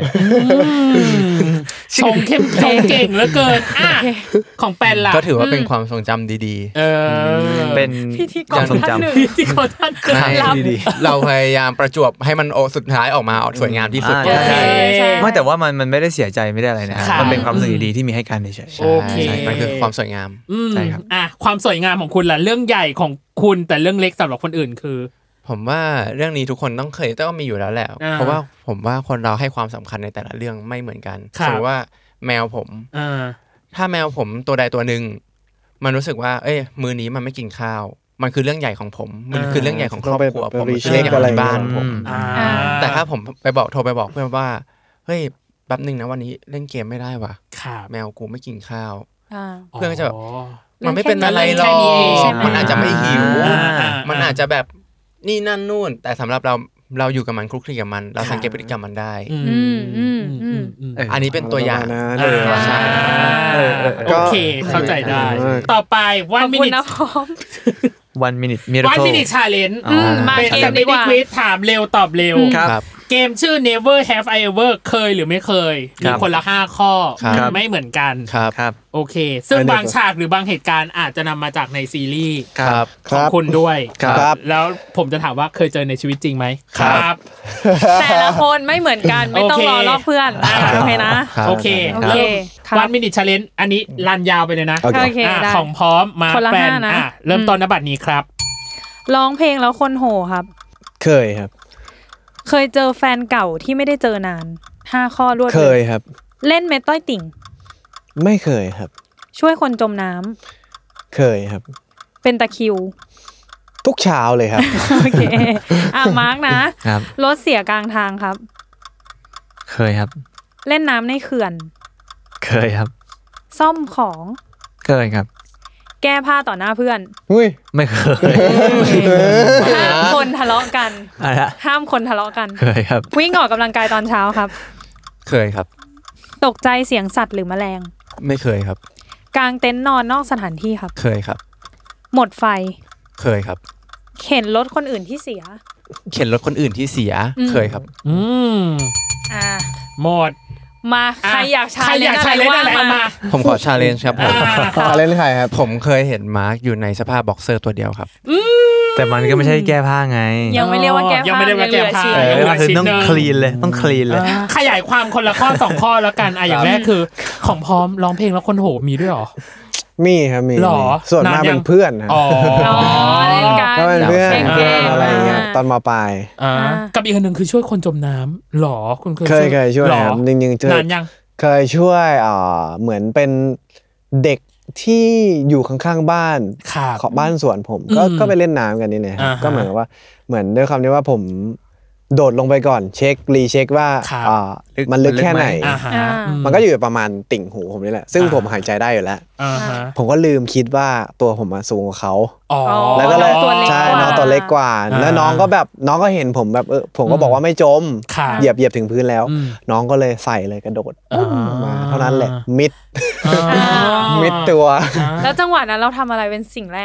ชงเข้มชงเก่งเหลือเกินอ่ะของแปนล่ะก็ถือว่าเป็นความทรงจำดีๆเออเป็นพิธีกรท่านหนึ่งพิธีกรท่านดีๆเราพยายามประจวบให้มันโอสุดท้ายออกมาสวยงามที่สุดไม่แต่ว่ามันมันไม่ได้เสียใจไม่ได้อะไรนะมันเป็นความรู้สึกดีๆที่มีให้กันเฉยๆโอเคมันคือความสวยงามใช่ครับอ่ะความสวยงามของคุณล่ะเรื่องใหญ่ของคุณแต่เรื่องเล็กสำหรับคนอื่นคือผมว่าเรื่องนี้ทุกคนต้องเคยต้องมีอยู่แล้วแหละเพราะว่าผมว่าคนเราให้ความสำคัญในแต่ละเรื่องไม่เหมือนกันสมมติว่าแมวผมถ้าแมวผมตัวใดตัวหนึ่งมันรู้สึกว่าเอ้ยมื้อนี้มันไม่กินข้าวมันคือเรื่องใหญ่ของผมมันคือเรื่องใหญ่ของครอบครัวผมมันคือเรื่องใหญ่ของบ้านผมแต่ถ้าผมไปบอกโทรไปบอกเพื่อนว่าเฮ้ยแป๊บนึงนะวันนี้เล่นเกมไม่ได้ว่ะแมวกูไม่กินข้าวเพื่อนก็จะแบบมันไม่เป็นอะไรหรอกมันอาจจะไม่หิวมันอาจจะแบบนี่นั่นนู่นแต่สำหรับเราเราอยู่กับมันคลุกคลีกับมันเราสังเกตพฤติกรรมมันได้อันนี้เป็นตัวอย่างนะใช่โอเคเข้าใจได้ต่อไปวันมินิทวันมินิทมิราเคิลวันมินิทชาเลนจ์เป็นเกมที่ควิซถามเร็วตอบเร็วเกมชื่อ Never Have I Ever เคยหรือไม่เคยมีคนละห้าข้อไม่เหมือนกันครับโอเคซึ่งบางฉากหรือบางเหตุการณ์อาจจะนำมาจากในซีรีส์ของคุณด้วยแล้วผมจะถามว่าเคยเจอในชีวิตจริงไหมครับแต่ละคนไม่เหมือนกันไม่ต้องรอรอบเพื่อนโอเคนะโอเคเริ่มวันมินิทชาเลนจ์อันนี้รันยาวไปเลยนะของพร้อมมาแปลนเริ่มต้นณบัดนี้ครับร้องเพลงแล้วคนโห่ครับเคยครับเคยเจอแฟนเก่าที่ไม่ได้เจอนานห้าข้อรวดเคยครับเล่นเม็ดต้อยติ่งไม่เคยครับช่วยคนจมน้ำเคยครับเป็นตะคิวทุกเช้าเลยครับโอเคอ่ะมาร์กนะรถเสียกลางทางครับเคยครับเล่นน้ำในเขื่อนเคยครับซ่อมของเคยครับแก้ผ้าต่อหน้าเพื่อนอุ้ยไม่เคยห้ามคนทะเลาะกันห้ามคนทะเลาะกันเคยครับวิ่งออกกำลังกายตอนเช้าครับเคยครับตกใจเสียงสัตว์หรือแมลงไม่เคยครับกางเต็นท์นอนนอกสถานที่ครับเคยครับหมดไฟเคยครับเข็นรถคนอื่นที่เสียเข็นรถคนอื่นที่เสียเคยครับอืมอ่าหมดมาใครอยากชาเลนจ์อะไรว่ามาผมขอชาเลนจ์ครับผมชาเลนจ์ใครครับผมเคยเห็นมาร์คอยู่ในสภาพบ็อกเซอร์ตัวเดียวครับแต่มันก็ไม่ใช่แก้ผ้าไงยังไม่เรียกว่าแก้ผ้ายังไม่ได้ว่าแก้ผ้าคือต้องคลีนเลยต้องคลีนเลยขยายความคนละข้อสองข้อแล้วกันอ่ะอย่างแรกคือของพร้อมร้องเพลงแล้วคนโหมีด้วยหรอมีครับมีส่วนมากเป็นเพื่อนครับอ๋อเล่นกันก็เป็นเพื่อนอะไรอย่างเงี้ยตอนมาปลายกับอีกอันหนึ่งคือช่วยคนจมน้ำหรอคุณเคยเคยเคยช่วยครับจริงๆนานยังเคยช่วยอ่าเหมือนเป็นเด็กที่อยู่ข้างๆบ้านขอบบ้านสวนผมก็ก็ไปเล่นน้ำกันนี่เนี่ยก็เหมือนว่าเหมือนด้วยคำนี้ว่าผมโดดลงไปก่อนเช็ครีเช็คว่าอ่ามันลึกแค่ไหนมันก็อยู่ประมาณติ่งหูผมนี่แหละซึ่งผมหายใจได้อยู่แล้วผมก็ลืมคิดว่าตัวผมสูงกว่าเขาแล้วก็เลยใช่น้องตัวเล็กกว่าแล้วน้องก็แบบน้องก็เห็นผมแบบเออผมก็บอกว่าไม่จมเหยียบเหยียบถึงพื้นแล้วน้องก็เลยใส่เลยกระโดดมาเท่านั้นแหละมิดมิดตัวแล้วจังหวะนั้นเราทำอะไรเป็นสิ่งแรก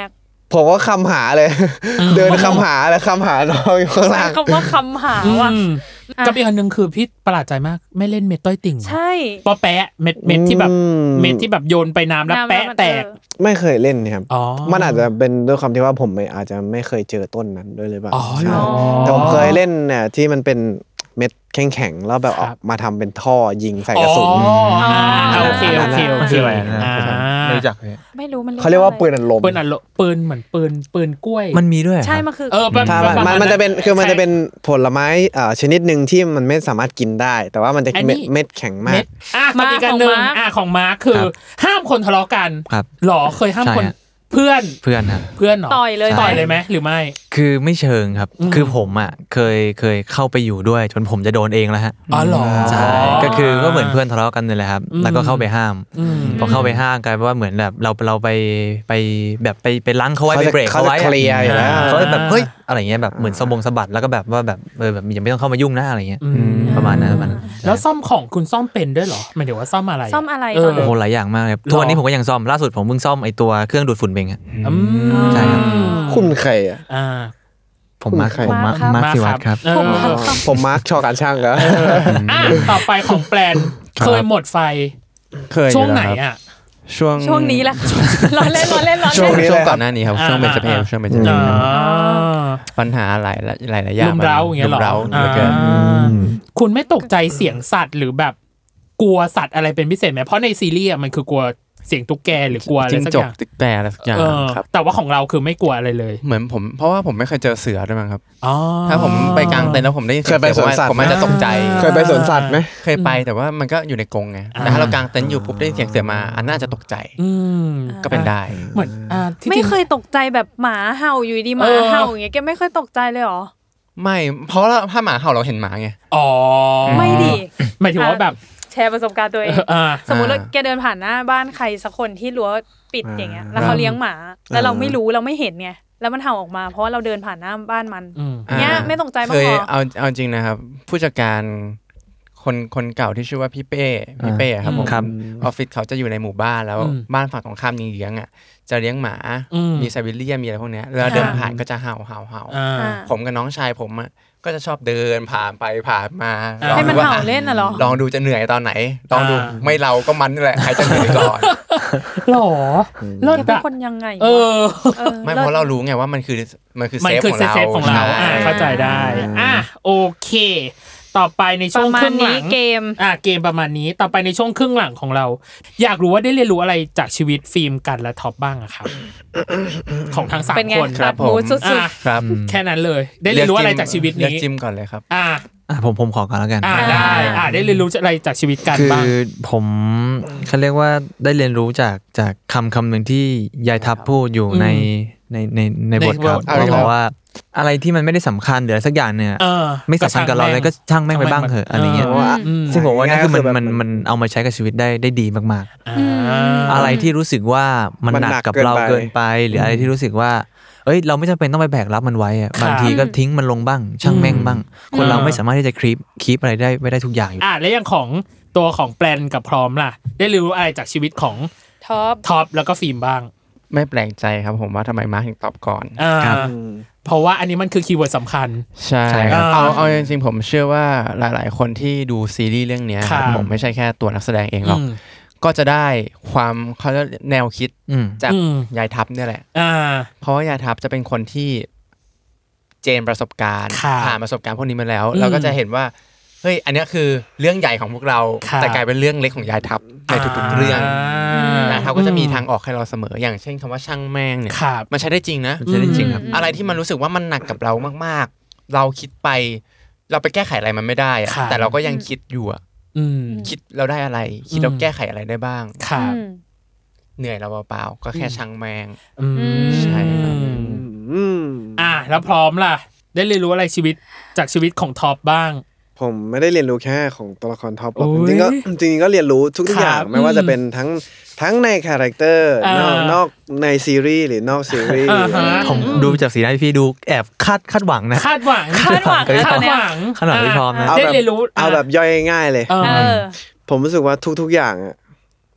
ผมก็คำหาเลยเดินคำหาเลยคำหาน้องอยู่ข้างล่างคำว่าคำหาว่ะกับอีกอันนึงคือพี่ประหลาดใจมากไม่เล่นเม็ดต้อยติ่งใช่ปอแปะเม็ดเม็ดที่แบบเม็ดที่แบบโยนไปน้ำแล้วแปะแตกไม่เคยเล่นครับมันอาจจะเป็นด้วยความที่ว่าผมอาจจะไม่เคยเจอต้นนั้นด้วยเลยป่ะแต่ผมเคยเล่นเนี่ยที่มันเป็นเม็ดแข็งๆแล้วแบบออกมาทำเป็นท่อยิงใส่กระสุนโอเคโอเคโอเคไม่รู้จักเลยไม่รู้มันเขาเรียกว่าปืนอัดลมปืนอัดลมปืนเหมือนปืนปืนกล้วยมันมีด้วยใช่มันคือเออมันมันจะเป็นคือมันจะเป็นผลไม้อ่าชนิดนึงที่มันไม่สามารถกินได้แต่ว่ามันจะเม็ดเม็ดแข็งมากอ่ะอีกอันนึงอ่ะของมาร์คคือห้ามคนทะเลาะกันหรอเคยห้ามคนเพื่อนเพื่อนครับเพื่อนเหรอต่อยเลยต่อยเลยไหมหรือไม่คือไม่เชิงครับคือผมอ่ะเคยเคยเข้าไปอยู่ด้วยจนผมจะโดนเองแล้วฮะอ๋อเหรอใช่ก็คือก็เหมือนเพื่อนทะเลาะกันนี่แหละครับแล้วก็เข้าไปห้ามพอเข้าไปห้ามกลายเป็นว่าเหมือนแบบเราเราไปไปแบบไปไปล้างเขาไว้ไปเบรกเขาไว้เคลียร์อยู่แล้วเขาแบบเฮ้ยอะไรเงี้ยแบบเหมือนสมบงสะบัดแล้วก็แบบว่าแบบเออแบบอย่าไม่ต้องเข้ามายุ่งนะอะไรเงี้ยประมาณนั้นมันแล้วซ่อมของคุณซ่อมเป็นด้วยเหรอหมายถึงว่าซ่อมอะไรซ่อมอะไรโอ้โหหลายอย่างมากเลยทุกวันนี้ผมก็ยังซ่อมล่าสุดผมเพิ่งซ่อมไอตัวเครื่องดูดฝุ่นเบงอ่ะใช่ครับคุณใครอ่ะผมมาร์คผมมาร์คมาร์คสิวัตรครับผมมาร์คชอการช่างครับต่อไปของแปลนเคยหมดไฟเคยช่วงไหนอ่ะช่วงช่วงนี้แหละรอเล่นรอเล่นรอเล่นช่วงช่วงก่อนหน้านี้ครับช่วงเบญจเพสช่วงเบญจเพสปัญหาหลายหลายหลายอย่างรุมเร้าอย่างเงี้ยหรอคุณไม่ตกใจเสียงสัตว์หรือแบบกลัวสัตว์อะไรเป็นพิเศษไหมเพราะในซีรีส์มันคือกลัวเสียงตุ๊กแกหรือกลัวอะไรสักอย่างตุ๊กแกอะไรสักอย่างครับแต่ว่าของเราคือไม่กลัวอะไรเลยเหมือนผมเพราะว่าผมไม่เคยเจอเสือด้วยมั้งครับถ้าผมไปกลางเต็นท์แล้วผมได้เคยไปสวนสัตว์ผมมันจะตกใจเคยไปสวนสัตว์ไหมเคยไปแต่ว่ามันก็อยู่ในกรงไงแต่ถ้าเรากลางเต็นท์อยู่ปุ๊บได้เสียงเสือมาอันน่าจะตกใจก็เป็นได้เหมือนไม่เคยตกใจแบบหมาเห่าอยู่ดีหมาเห่าอย่างเงี้ยแกไม่เคยตกใจเลยหรอไม่เพราะถ้าหมาเห่าเราเห็นหมาไงอ๋อไม่ดิหมายถึงว่าแบบแชร์ประสบการณ์ตัวเองสมมุติว่าแกเดินผ่านหน้าบ้านใครสักคนที่รั้วปิดอย่างเงี้ยแล้วเขาเลี้ยงหมาแล้วเราไม่รู้เราไม่เห็นไงแล้วมันเห่าออกมาเพราะว่าเราเดินผ่านหน้าบ้านมันเนี้ยไม่ตกใจบ้างหรอเอาเอาจริงนะครับผู้จัดการคนคนเก่าที่ชื่อว่าพี่เป้พี่เป้ครับผมออฟฟิศเขาจะอยู่ในหมู่บ้านแล้วบ้านฝั่งตรงข้ามเลี้ยงอ่ะจะเลี้ยงหมามีไซบีเรียนมีอะไรพวกเนี้ยแล้วเดินผ่านก็จะเห่าเห่าเห่าผมกับน้องชายผมอ่ะก็จะชอบเดินผ่านไปผ่านมาให้มันเห่าเล่นน่ะหรอลองดูจะเหนื่อยตอนไหนลองดูไม่เราก็มันนี่แหละใครจะเหนื่อยก่อนหรอเลิศเป็นคนยังไงเออไม่เพราะเรารู้ไงว่ามันคือมันคือเซฟของเราของเราเข้าใจได้อ่ะโอเคต่อไปในช่วงครึ่งหลังเกมอ่ะเกมประมาณนี้ต่อไปในช่วงครึ่งหลังของเราอยากรู้ว่าได้เรียนรู้อะไรจากชีวิตฟิล์มกันและท็อปบ้างอะครับของทั้งสามคนครับผมครับแค่นั้นเลยได้เรียนรู้อะไรจากชีวิตนี้จิ้มก่อนเลยครับอ่ะอ่ะผมผมขอก่อนแล้วกันอ่าได้อ่าได้เรียนรู้อะไรจากชีวิตกันบ้างคือผมเขาเรียกว่าได้เรียนรู้จากจากคำคำหนึ่งที่ยายทัพพูดอยู่ในในในในบทครับเขาบอกว่าอะไรที่มันไม่ได้สำคัญหรืออะไรสักอย่างเนี่ยไม่สำคัญกับเราเลยก็ช่างแม่งไปบ้างเถอะอะไรเงี้ยซึ่งผมว่านี่คือมันมันมันเอามาใช้กับชีวิตได้ได้ดีมากๆอะไรที่รู้สึกว่ามันหนักกับเราเกินไปหรืออะไรที่รู้สึกว่าเอ้ยเราไม่จำเป็นต้องไปแบกรับมันไว้อะบางทีก็ทิ้งมันลงบ้างช่างแม่งบ้างคนเราไม่สามารถที่จะคลิปคลิปอะไรได้ไม่ได้ทุกอย่างอยู่อ่ะแล้วอย่างของตัวของแปลนกับพร้อมล่ะได้รู้อะไรจากชีวิตของท็อปท็อปแล้วก็ฟิล์มบ้างไม่แปลกใจครับผมว่าทำไมมาร์คถึงตอบก่อนครับเพราะว่าอันนี้มันคือคีย์เวิร์ดสำคัญใช่เอาเอาจริงๆผมเชื่อว่าหลายๆคนที่ดูซีรีส์เรื่องนี้ผมไม่ใช่แค่ตัวนักแสดงเองหรอกก็จะได้ความเขาเรียกแนวคิดจากยายทัพเนี่ยแหละเพราะว่ายายทัพจะเป็นคนที่เจนประสบการณ์ผ่านประสบการณ์พวกนี้มาแล้วเราก็จะเห็นว่าเฮ้ยอันนี้คือเรื่องใหญ่ของพวกเราแต่กลายเป็นเรื่องเล็กของยายทัพในทุกๆเรื่องนะเขาก็จะมีทางออกให้เราเสมออย่างเช่นคำว่าช่างแม่งเนี่ยมันใช้ได้จริงนะใช้ได้จริงครับอะไรที่มันรู้สึกว่ามันหนักกับเรามากๆเราคิดไปเราไปแก้ไขอะไรมันไม่ได้อะแต่เราก็ยังคิดอยู่อ่ะคิดเราได้อะไรคิดเราแก้ไขอะไรได้บ้างเหนื่อยเราเปล่าๆก็แค่ช่างแม่งใช่อ่ะแล้วพร้อมล่ะได้เรียนรู้อะไรชีวิตจากชีวิตของท็อปบ้างผมไม่ได้เรียนรู้แค่ของตัวละครท็อปหรอกจริงๆก็จริงๆก็เรียนรู้ทุกอย่างไม่ว่าจะเป็นทั้งทั้งในคาแรคเตอร์นอกนอกในซีรีส์หรือนอกซีรีส์ผมดูจากสีหน้าพี่ดูแอบคาดคาดหวังนะคาดหวังคาดหวังคาดหวังขนาดพี่พร้อมนะได้เรียนรู้เอาแบบย่อยง่ายเลยผมรู้สึกว่าทุกๆอย่างอ่ะ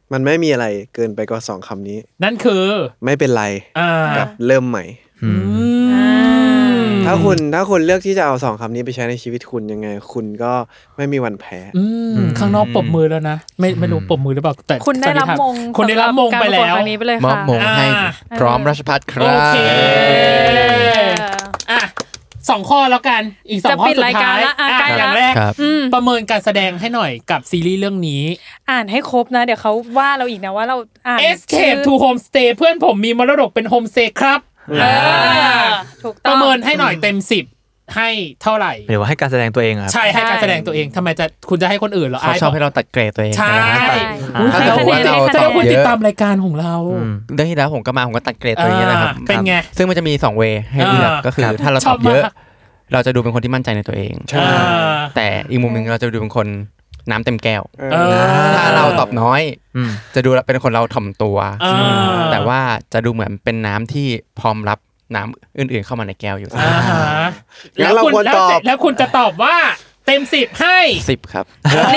มันไม่มีอะไรเกินไปกว่าสองคำนี้นั่นคือไม่เป็นไรกับเริ่มใหม่ถ้าคุณถ้าคุณเลือกที่จะเอาสองคำนี้ไปใช้ในชีวิตคุณยังไงคุณก็ไม่มีวันแพ้ข้างนอกปรบมือแล้วนะไม่ไม่รู้ปรบมือหรือเปล่าแต่คุณได้รับมงคุณได้รับมงไปแล้วมอบมงให้พร้อมราชภัฏครับโอเคอ่ะสองข้อแล้วกันอีกสองข้อสุดท้ายอย่างแรกประเมินการแสดงให้หน่อยกับซีรีส์เรื่องนี้อ่านให้ครบนะเดี๋ยวเขาว่าเราอีกนะว่าเราอ่าน Escape to Homestay เพื่อนผมมีมรดกเป็นโฮมสเตย์ครับถูกต้องประเมินให้หน่อยเต็มสิบให้เท่าไหร่หรือว่าให้การแสดงตัวเองครับใช่ให้การแสดงตัวเองทำไมจะคุณจะให้คนอื่นเหรอเขาชอบให้เราตัดเกรดตัวเองใช่ถ้าเราว่าเราแสดงว่าคุณติดตามรายการของเราเรื่องที่แล้วผมก็มาผมก็ตัดเกรดตัวเองนะครับเป็นไงซึ่งมันจะมีสองเวย์ให้เลือกก็คือถ้าเราตอบเยอะเราจะดูเป็นคนที่มั่นใจในตัวเองแต่อีกมุมนึงเราจะดูเป็นคนน้ำเต็มแก้วถ้าเราตอบน้อยจะดูเป็นคนเราถ่อมตัวแต่ว่าจะดูเหมือนเป็นน้ำที่พร้อมรับน้ำอื่นๆเข้ามาในแก้วอยู่แล้วเราควรตอบแล้วคุณจะตอบว่าเต็มสิบให้สิบครับ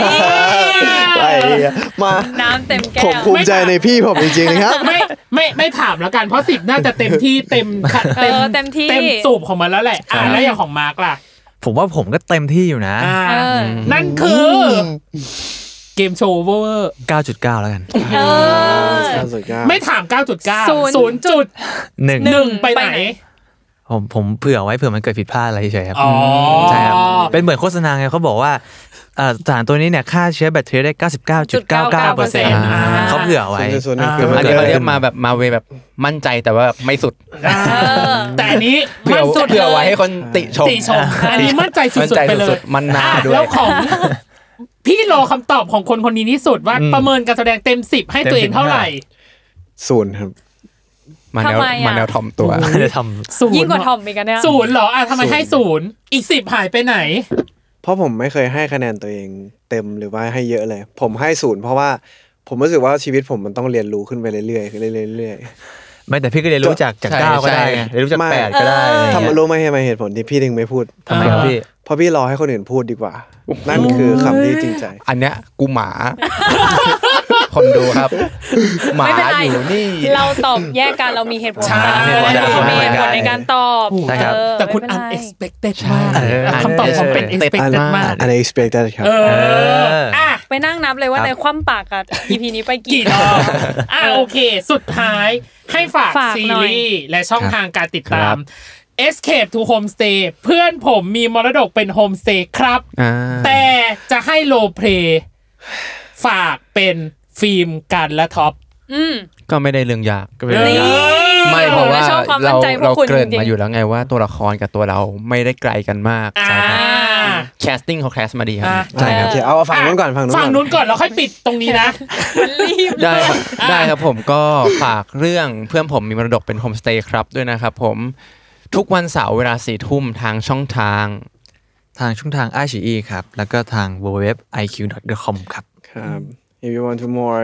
มาน้ำเต็มแก้วผมภูมิใจในพี่ผมจริงๆครับไม่ไม่ไม่ถามแล้วกันเพราะสิบน่าจะเต็มที่เต็มเต็มเต็มที่เต็มสูบของมันแล้วแหละอ่ะแล้วอย่างของมาร์คล่ะผมว่าผมก็เต็มที่อยู่นะนั่นคือเกมโชว์เวอร์เก้าจุดเก้า แล้วกันไม่ถาม เก้าจุดเก้า ศูนย์จุดหนึ่ง ไปไหนผมผมเผื่อไว้เผื่อมันเกิดผิดพลาดอะไรเฉยครับใช่ครับเป็นเหมือนโฆษณาไงเขาบอกว่าสารตัวนี้เนี่ยฆ่าเชื้อแบคทีเรียได้ เก้าสิบเก้าจุดเก้าเก้าเปอร์เซ็นต์ เขาเผื่อไว้อันนี้เขาเรียกมาแบบมาเวแบบมั่นใจแต่ว่าไม่สุดแต่อันนี้เผื่อเผื่อไว้ให้คนติชมติชมอันนี้มั่นใจสุดๆไปเลยมันน่าด้วยแล้วของพี่รอคำตอบของคนคนนี้ที่สุดว่าประเมินการแสดงเต็มสิบให้ตัวเองเท่าไหร่ศูนย์ครับมาแนวมาแนวถ่อมตัวจะทำยิ่งกว่าถ่อมอีกกันเนี่ยศูนย์เหรออ่ะทำไมให้ศูนย์อีกสิบหายไปไหนเพราะผมไม่เคยให้คะแนนตัวเองเต็มหรือว่าให้เยอะเลยผมให้ศูนย์เพราะว่าผมรู้สึกว่าชีวิตผมมันต้องเรียนรู้ขึ้นไปเรื่อยๆเรื่อยๆไม่แต่พี่ก็เรียนรู้จากจากเก้าก็ได้ไงเรียนรู้จากแปดก็ได้ทำมารู้ไหมทำไมเหตุผลที่พี่ถึงไม่พูดทำไมครับพี่เพราะพี่รอให้คนอื่นพูดดีกว่านั่นคือคำที่จริงใจอันเนี้ยกูหมาคนดูครับหมาอยู่นี่เราตอบแยกกันเรามีเหตุผลมีเหตุผลในการตอบแต่คุณ unexpected มากคำตอบของเป็น expected มาก unexpected ครับไปนั่งนับเลยว่าในคว่ำปากกับ อี พี นี้ไปกี่รอบอ่ะโอเคสุดท้ายให้ฝากซีรีส์และช่องทางการติดตาม Escape to Homestay เพื่อนผมมีมรดกเป็นโฮมสเตย์ครับแต่จะให้โลเพลย์ฝากเป็นฟิล์มกันและท็อปก็ไม่ได้เรื่องยากก็ไม่ได้ยากไม่เพราะว่าเราเราเกริ่นมาอยู่แล้วไงว่าตัวละครกับตัวเราไม่ได้ไกลกันมากใช่ครับแคสติ้งเขาแคสมาดีครับใช่ครับเอาฝั่งนู้นก่อนฝั่งนู้นฝั่งนู้นก่อนแล้วค่อยปิดตรงนี้นะได้ได้ครับผมก็ฝากเรื่องเพื่อนผมมีมรดกเป็นโฮมสเตย์ครับด้วยนะครับผมทุกวันเสาร์เวลาสี่ทุ่มทางช่องทางทางช่องทาง ไอ ซี อี ครับแล้วก็ทาง ดับเบิลยู ดับเบิลยู ดับเบิลยู ดอท ไอ คิว ดอท คอม ครับครับ if you want to more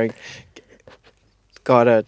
got a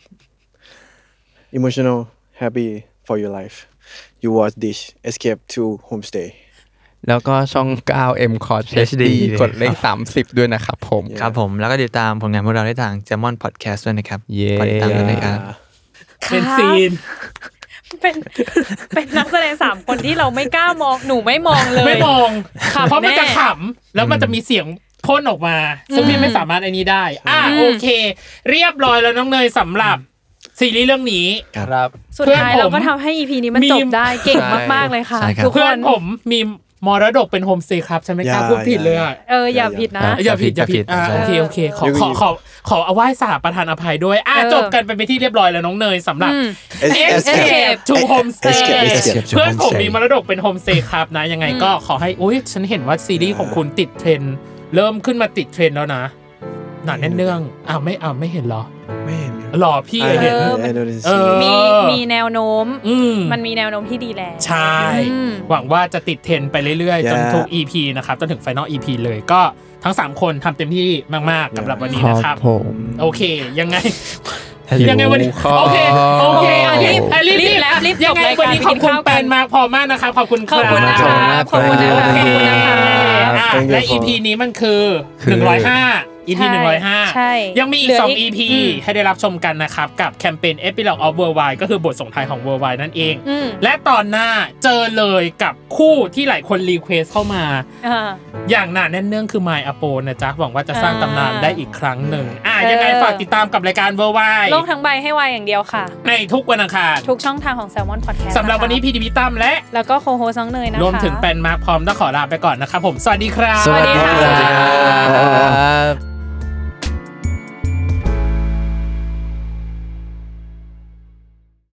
emotional happy for your life you watch this Escape to Homestay แล้วก็ช่อง เก้า เอ็ม คอร์ด เอช ดี กดเลขสามสิบด้วยนะครับผมครับผมแล้วก็ติดตามผลงานพวกเราได้ทาง Jamon Podcast ด้วยนะครับเย้ติดตามด้วยนะครับเป็นซีนเป็นเป็นนักแสดงสามคนที่เราไม่กล้ามองหนูไม่มองเลยไม่มองเพราะมันจะขำแล้วมันจะมีเสียงพ่นออกมาซึ่งพี่ไม่สามารถอันนี้ได้อ่ะโอเคเรียบร้อยแล้วน้องเนยสำหรับซีรีส์เรื่องนี้ครับสุดท้ายเราก็ทำให้ อี พี นี้มันจบได้เก่งมากๆเลยค่ะทุกคนผมมีมรดกเป็นโฮมสเตย์ครับใช่ไหมครับพูดผิดเลยอ่ะเอออย่าผิดนะอย่าผิดอย่าผิดอ่าโอเคโอเคขอขอขอขอเอาไหว้สาประทานอภัยด้วยอ่ะจบกันไปเป็นที่เรียบร้อยแล้วน้องเนยสำหรับ Escape to Homestay เพื่อนผมมีมรดกเป็นโฮมสเตย์ครับนะยังไงก็ขอให้อุ้ยฉันเห็นว่าซีรีส์ของคุณติดเทรนด์เริ่มขึ้นมาติดเทรนด์แล้วนะหนาแน่นเนื่องอ้าวไม่อ้าวไม่เห็นเหรอไม่เห็นหรอพี่เห็นมีมีแนวโน้มมันมีแนวโน้มที่ดีแล้วใช่หวังว่าจะติดเทรนด์ไปเรื่อยๆจนทุก อี พี นะครับจนถึง Final อี พี เลยก็ทั้งสามคนทำเต็มที่มากๆสำหรับวันนี้นะครับโอเคยังไงยังไงวันนี้โอเคโอเครีบรีบรีบแล้วรีบยังไงวันนี้ขอบคุณแปนมากพอมากนะครับขอบคุณครับขอบคุณนะคะขอบคุณนะคะและ อี พี นี้มันคือหนึ่งร้อยห้าอี พี หนึ่งร้อยห้าใช่ยังมีอีกสอง อี พี ให้ได้รับชมกันนะครับกับแคมเปญ Epilogue of Worldwide ก็คือบทส่งท้ายของ Worldwide นั่นเองและตอนหน้าเจอเลยกับคู่ที่หลายคนรีเควสเข้ามาอย่างหนาแน่นเนื่องคือ My Apo นะจ๊ะหวังว่าจะสร้างตำนานได้อีกครั้งหนึ่งอ่ะยังไงฝากติดตามกับรายการ Worldwide โลกทั้งใบให้วายอย่างเดียวค่ะในทุกวันอังคารทุกช่องทางของ Salmon Podcast สำหรับวันนี้พี่ดิพิตั้มและแล้วก็โคโฮซองเนยนะคะรวมถึงแปนมาร์คพร้อมต้องขอลาไปก่อนนะครับผมสวัสดีครับสวัสดีค่ะ